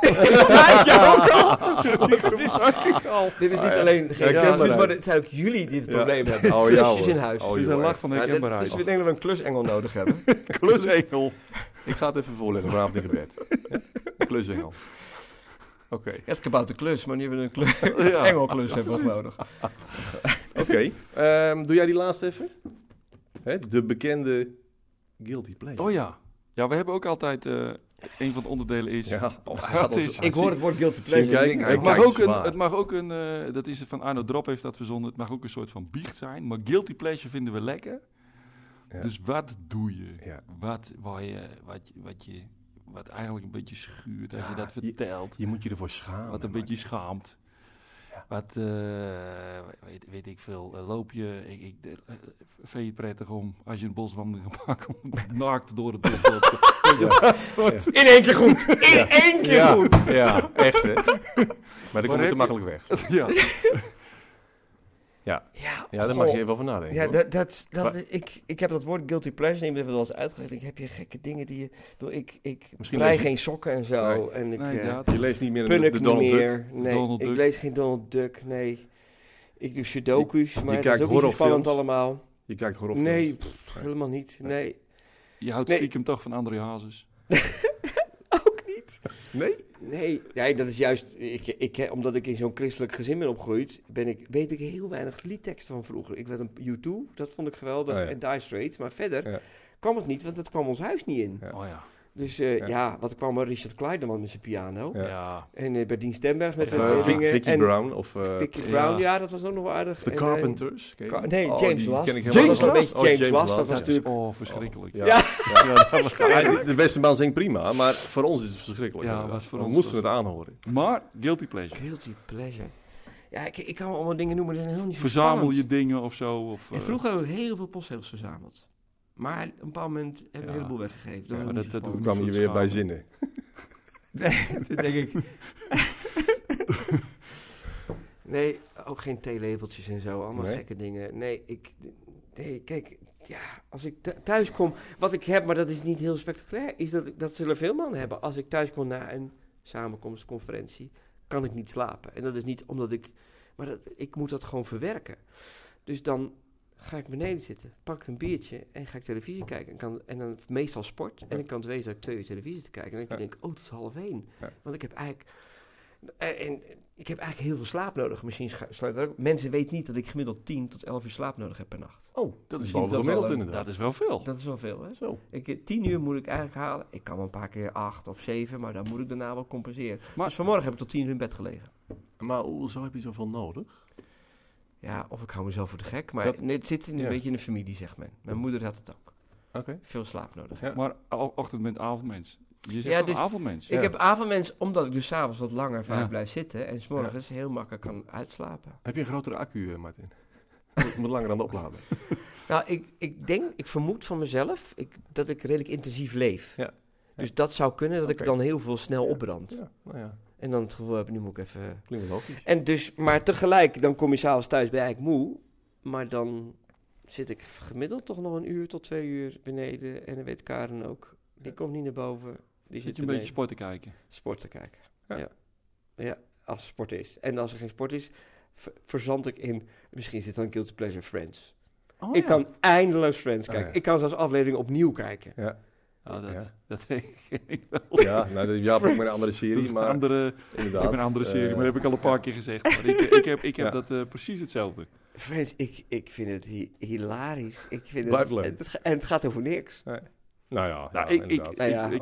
Dit is niet alleen geen herkenbaarheid. het zijn ook jullie die het probleem hebben. Oh, ja, Klusjes hoor. in huis. Oh, Het is een lach van de herkenbaarheid. Dus we denken dat we een klusengel nodig hebben. Klusengel. Ik ga het even voorleggen vanavond in gebed. Ja? Klusengel. Oké. Het kabouter klus, maar nu hebben we een Ja. engelklus hebben we nog nodig. Oké. Doe jij die laatste even? Hè, de bekende guilty pleasure. Oh ja. Ja, we hebben ook altijd... een van de onderdelen is... Ja. Het is- Ik hoor het woord guilty Zie je pleasure. hem ik denk, kijken? Het mag ook een, dat is van Arno Drop heeft dat verzonnen. Het mag ook een soort van biecht zijn. Maar guilty pleasure vinden we lekker. Ja. Dus wat doe je? Ja. Wat eigenlijk een beetje schuurt als je dat vertelt. Je moet je ervoor schamen. Wat een beetje schaamt. Wat, weet ik veel, loop je, vind je het prettig om, als je een boswandeling gaat maken, om naakt door het bos te lopen. in één keer goed. In één keer goed. Ja, echt hè. Maar dan kom je heb te makkelijk weg. Ja. Ja, daar mag je even over nadenken. Ja, hoor. ik heb dat woord guilty pleasure, neem even wel eens uitgelegd. Ik heb je gekke dingen die je... Ik Misschien brei lees je- geen sokken en zo. Nee. En ik Nee, inderdaad. Je leest niet meer punnik de niet Donald Duck. meer. Nee, Donald ik Duck. lees geen Donald Duck, nee. Ik doe sudoku's, maar dat kijkt is ook niet zo horrorfilms. spannend allemaal. Je kijkt horrorfilms. Nee, helemaal niet. Nee, Je houdt Nee. stiekem toch van André Hazes. ook niet. Nee? Nee, dat is juist... Omdat ik in zo'n christelijk gezin ben opgegroeid, weet ik heel weinig liedteksten van vroeger. Ik werd een U2, dat vond ik geweldig, Oh ja. en Dire Straits. Maar verder Ja. kwam het niet, want het kwam ons huis niet in. Ja. Oh ja. Dus Ja. wat kwam er? Richard Kleiderman met zijn piano. Ja. Ja. En Berdien Stemberg met Of, zijn dingen. Vicky en Brown. Of Vicky ja. Brown, ja, dat was ook nog wel aardig. The En, Carpenters. ken je die? nee, Oh, James die Last. ken ik James helemaal Last? niet. Een beetje James Last, dat was Dat is, natuurlijk... verschrikkelijk. Ja. Ja. De beste man zingt prima, maar voor ons is het verschrikkelijk. Ja, inderdaad. was voor We ons moesten was- het aanhoren. Maar, guilty pleasure. Guilty pleasure. Ja, ik kan wel allemaal dingen noemen, die zijn helemaal niet zo Verzamel spannend. je dingen of zo. Of, En vroeger hebben we heel veel postzegels verzameld. Maar op een bepaald moment hebben we Ja. een heleboel weggegeven. Ja, was maar niet dat zo doe Toen ik spannend. kwam je weer bij zinnen. Nee, toen denk ik... Nee, ook geen theelepeltjes en zo. Allemaal Nee? gekke dingen. Nee, kijk... Ja, als ik thuis kom... Wat ik heb, maar dat is niet heel spectaculair... is dat zullen veel mannen hebben. Als ik thuis kom na een samenkomst, conferentie... kan ik niet slapen. En dat is niet omdat ik... Maar ik moet dat gewoon verwerken. Dus dan ga ik beneden zitten, pak ik een biertje en ga ik televisie kijken. En dan meestal sport. En ik kan het wezen dat ik 2 uur televisie te kijken. En dan denk ik, oh, het is 12:30. Ja. Want ik heb eigenlijk... En ik heb eigenlijk heel veel slaap nodig. Misschien sluit dat ook... Mensen weten niet dat ik gemiddeld 10 tot 11 uur slaap nodig heb per nacht. Oh, dat is Misschien boven dat gemiddeld wel, inderdaad. Dat is wel veel. Dat is wel veel, hè? Zo. 10 uur moet ik eigenlijk halen. Ik kan wel een paar keer 8 of 7, maar dan moet ik daarna wel compenseren. Maar- Dus vanmorgen heb ik tot 10 uur in bed gelegen. Maar hoezo heb je zoveel nodig? Ja, of ik hou mezelf voor de gek. Maar Dat- het zit een ja. beetje in de familie, zegt men. Mijn moeder had het ook. Oké. Veel slaap nodig. Ja. Maar ochtend met avondmens. Je zegt Ja, toch dus- avondmens? Ik heb avondmens, omdat ik dus 's avonds wat langer vaak Ja. blijf zitten. En 's morgens heel makkelijk kan uitslapen. Heb je een grotere accu, Martin? Moet langer aan de opladen. Nou, ik vermoed van mezelf dat ik redelijk intensief leef. Ja. Dus dat zou kunnen dat ik Oké. dan heel veel snel opbrand. Ja, nou ja, En dan het gevoel heb, nu moet ik even... klinkt wel logisch. En dus, maar tegelijk, dan kom je s'avonds thuis bij eigenlijk moe. Maar dan zit ik gemiddeld toch nog 1 uur tot 2 uur beneden. En dan weet Karen ook, die komt niet naar boven. Die Zit zit je een beetje beneden sport te kijken? sport te kijken. Ja. Ja, als er sport is. En als er geen sport is, verzand ik in, misschien zit dan een guilty pleasure Friends. Oh, Ik kan eindeloos Friends Oh, kijken. ja. Ik kan zelfs afleveringen opnieuw kijken. Ja, Ja, Ja. dat weet ik wel. ja nou, Jaap ook met een andere Dat serie, is een maar andere, inderdaad. ik heb een andere serie, maar dat heb ik al een paar keer gezegd. Maar ik heb Ja. dat precies hetzelfde. Friends, ik vind het hilarisch. Ik vind Blijft leuk. En het gaat over niks. Nou ja, Nou, inderdaad.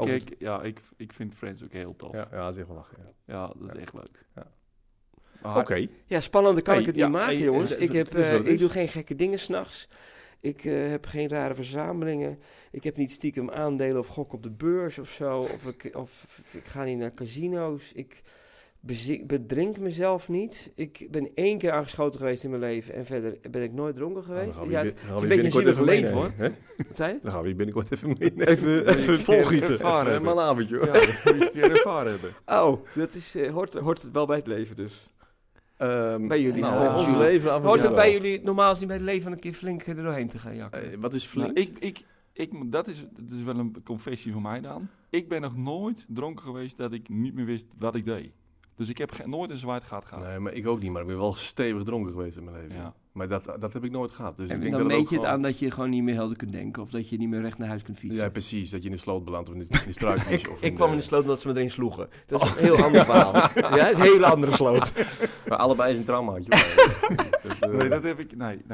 ik vind Friends ook heel tof. Ja, dat is echt wel lachen. Ja. Ja, dat is echt leuk. Ja. Maar- Oké. Ja, spannender kan Hey, ik het ja, niet maken, hey, jongens. het Ik is wat het ik is. doe geen gekke dingen 's nachts. Ik heb geen rare verzamelingen. Ik heb niet stiekem aandelen of gok op de beurs of zo. Of ik ga niet naar casino's. Ik bedrink mezelf niet. Ik ben 1 keer aangeschoten geweest in mijn leven. En verder ben ik nooit dronken geweest. Ja, het is een beetje een zielig leven, hoor. Wat zei je? Dan gaan we je binnenkort even meenemen. Even volgieten. ervaren Even een avondje. Ja, dat moet je een keer ervaren hebben. Oh, dat is, hoort het wel bij het leven dus. Bij jullie. Nou, Volgens ons jullie. leven af en Hoort toe het bij wel. jullie normaal is niet bij het leven een keer flink er doorheen te gaan jakken? Wat is flink? Nou, dat is wel een confessie van mij dan. Ik ben nog nooit dronken geweest dat ik niet meer wist wat ik deed. Dus ik heb nooit een zwaard gehad. Nee, maar ik ook niet. Maar ik ben wel stevig dronken geweest in mijn leven. Ja. Maar dat heb ik nooit gehad. Dus ik En denk dan dat meet ook je het gewoon- aan dat je gewoon niet meer helder kunt denken. Of dat je niet meer recht naar huis kunt fietsen. Ja, precies. Dat je in de sloot belandt of in de struikjes. Ik kwam in de sloot omdat ze me erin sloegen. Dat is een heel ander verhaal. Ja, dat is een hele andere sloot. Maar allebei is een traumaatje. hoor. Nee, dat heb ik... Nee.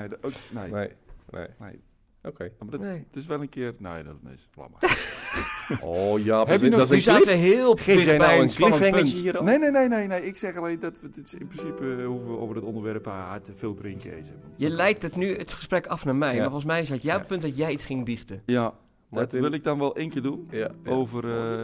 Nee. Oké. Maar dat, Nee. het is wel een keer... Nee, dat is... Laat maar. Oh ja, Heb je nog- dat Nu is een zaten we heel Geef dicht jij bij nou een spannend cliffhangertje punt. hier op? Nee. Ik zeg alleen dat we het in principe hoeven we over het onderwerp hard veel drinken. Je leidt het nu het gesprek af naar mij. Ja. Maar volgens mij zat jij op Ja. het punt dat jij iets ging biechten. Ja, dat Martin. wil ik dan wel 1 keer doen. Ja. Over...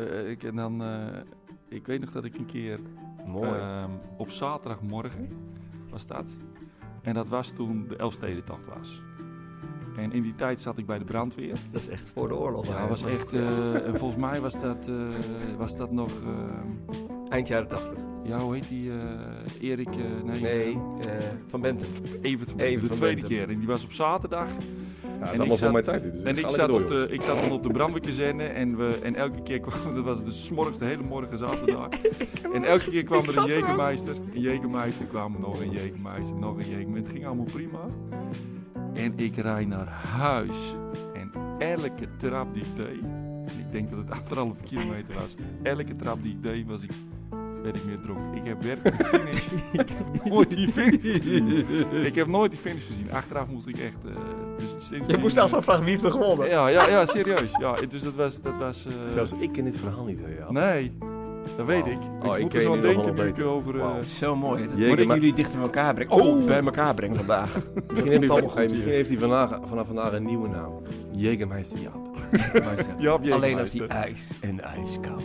ik weet nog dat ik een keer... Mooi. op zaterdagmorgen was dat. En dat was toen de Elfstedentocht was. En in die tijd zat ik bij de brandweer. Dat is echt voor de oorlog. Ja, was echt... en volgens mij was dat nog... Eind jaren 80. ja, hoe heet die? Erik... Van Benten. Evert van Evert de van tweede Bentum. keer. En die was op zaterdag. Ja, dat en is allemaal ik voor zat- mijn tijd. Dus En ga ik lekker door, ik zat dan op de brandweerkazerne en elke keer kwam, dat was dus 's morgens de hele morgen zaterdag. En elke keer kwam er een Jägermeister kwam er nog een Jägermeister, nog een Jägermeister. Het ging allemaal prima. En ik rijd naar huis en elke trap die ik deed, en ik denk dat het 1,5 kilometer was, elke trap die ik deed werd ik meer dronken. Ik heb werkelijk de finish. Ik heb nooit die finish gezien. Ik heb nooit die finish gezien. Achteraf moest ik echt... dus sinds Je moest altijd vragen wie heeft er gewonnen. Ja, serieus. Ja, dus dat was... Zelfs ik ken dit verhaal niet. Hè, ja. Nee, dat weet ik. Oh, Ik ik moet ken er zo aan jullie nog denken wel nu ik beter. over... Wauw. Zo mooi. Dat Jeger, moet ik maar- jullie dichter bij elkaar brengen. Bij elkaar brengen vandaag. Misschien heeft hij vanaf vandaag een nieuwe naam. Jägermeister Jaap. Alleen als die ijs en ijskoud.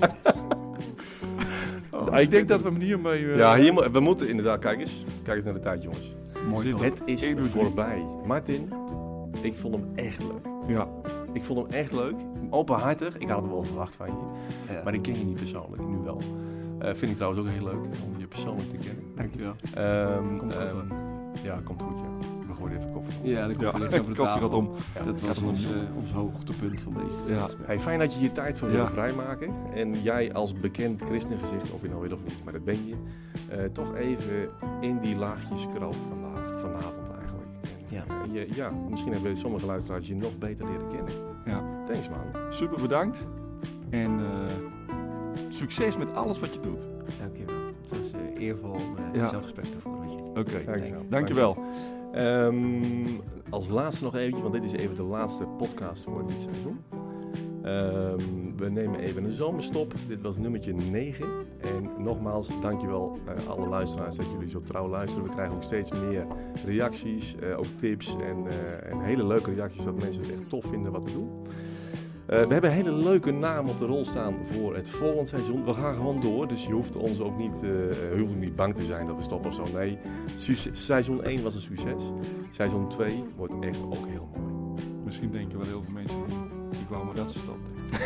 Ik denk dat we hem hiermee... Ja, we moeten inderdaad... Kijk eens naar de tijd, jongens. mooi toch? Het is 1 uur 3. voorbij. Martin, ik vond hem echt leuk. Ja. Ik vond hem echt leuk. Openhartig. Ik had het wel verwacht van je. Ja. Maar ik ken je niet persoonlijk, nu wel. Vind ik trouwens ook heel leuk om je persoonlijk te kennen. Dankjewel. Komt goed, hoor. Ja, komt goed, ja. We gooien even koffie. Ja, de koffie ligt over de koffie tafel. gaat om. Ja. Dat was ons hoogtepunt van deze. Ja. Hey, fijn dat je hier tijd voor Ja. wilde vrijmaken. En jij als bekend christengezicht, of je nou weet of niet, maar dat ben je. Toch even in die laagjes kroop vanavond eigenlijk. En, Ja. Misschien hebben sommige luisteraars je nog beter leren kennen. Ja. Thanks man. Super bedankt. En succes met alles wat je doet. Dankjewel. Het was eervol om Ja. zo'n gesprek te voeren met je. Oké. Thanks. Dankjewel. Als laatste nog eventjes, want dit is even de laatste podcast voor dit seizoen. We nemen even een zomerstop. Dit was nummertje 9. En nogmaals, dankjewel alle luisteraars dat jullie zo trouw luisteren. We krijgen ook steeds meer reacties, ook tips en hele leuke reacties dat mensen het echt tof vinden wat we doen. We hebben een hele leuke naam op de rol staan voor het volgende seizoen. We gaan gewoon door, dus je hoeft ons ook niet bang te zijn dat we stoppen of zo. Nee, seizoen 1 was een succes. Seizoen 2 wordt echt ook heel mooi. Misschien denken wel heel veel mensen, ik wou maar dat ze stopten.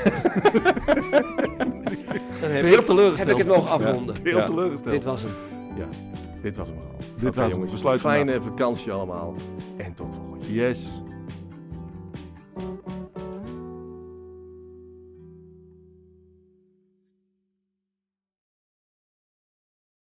Dan Heel teleurgesteld. heb ik het nog afronden. Heel teleurgesteld. Dit was hem. Ja, dit was hem al. Dit was hem. Jongens, We sluiten fijne vakantie allemaal en tot volgende keer. Yes.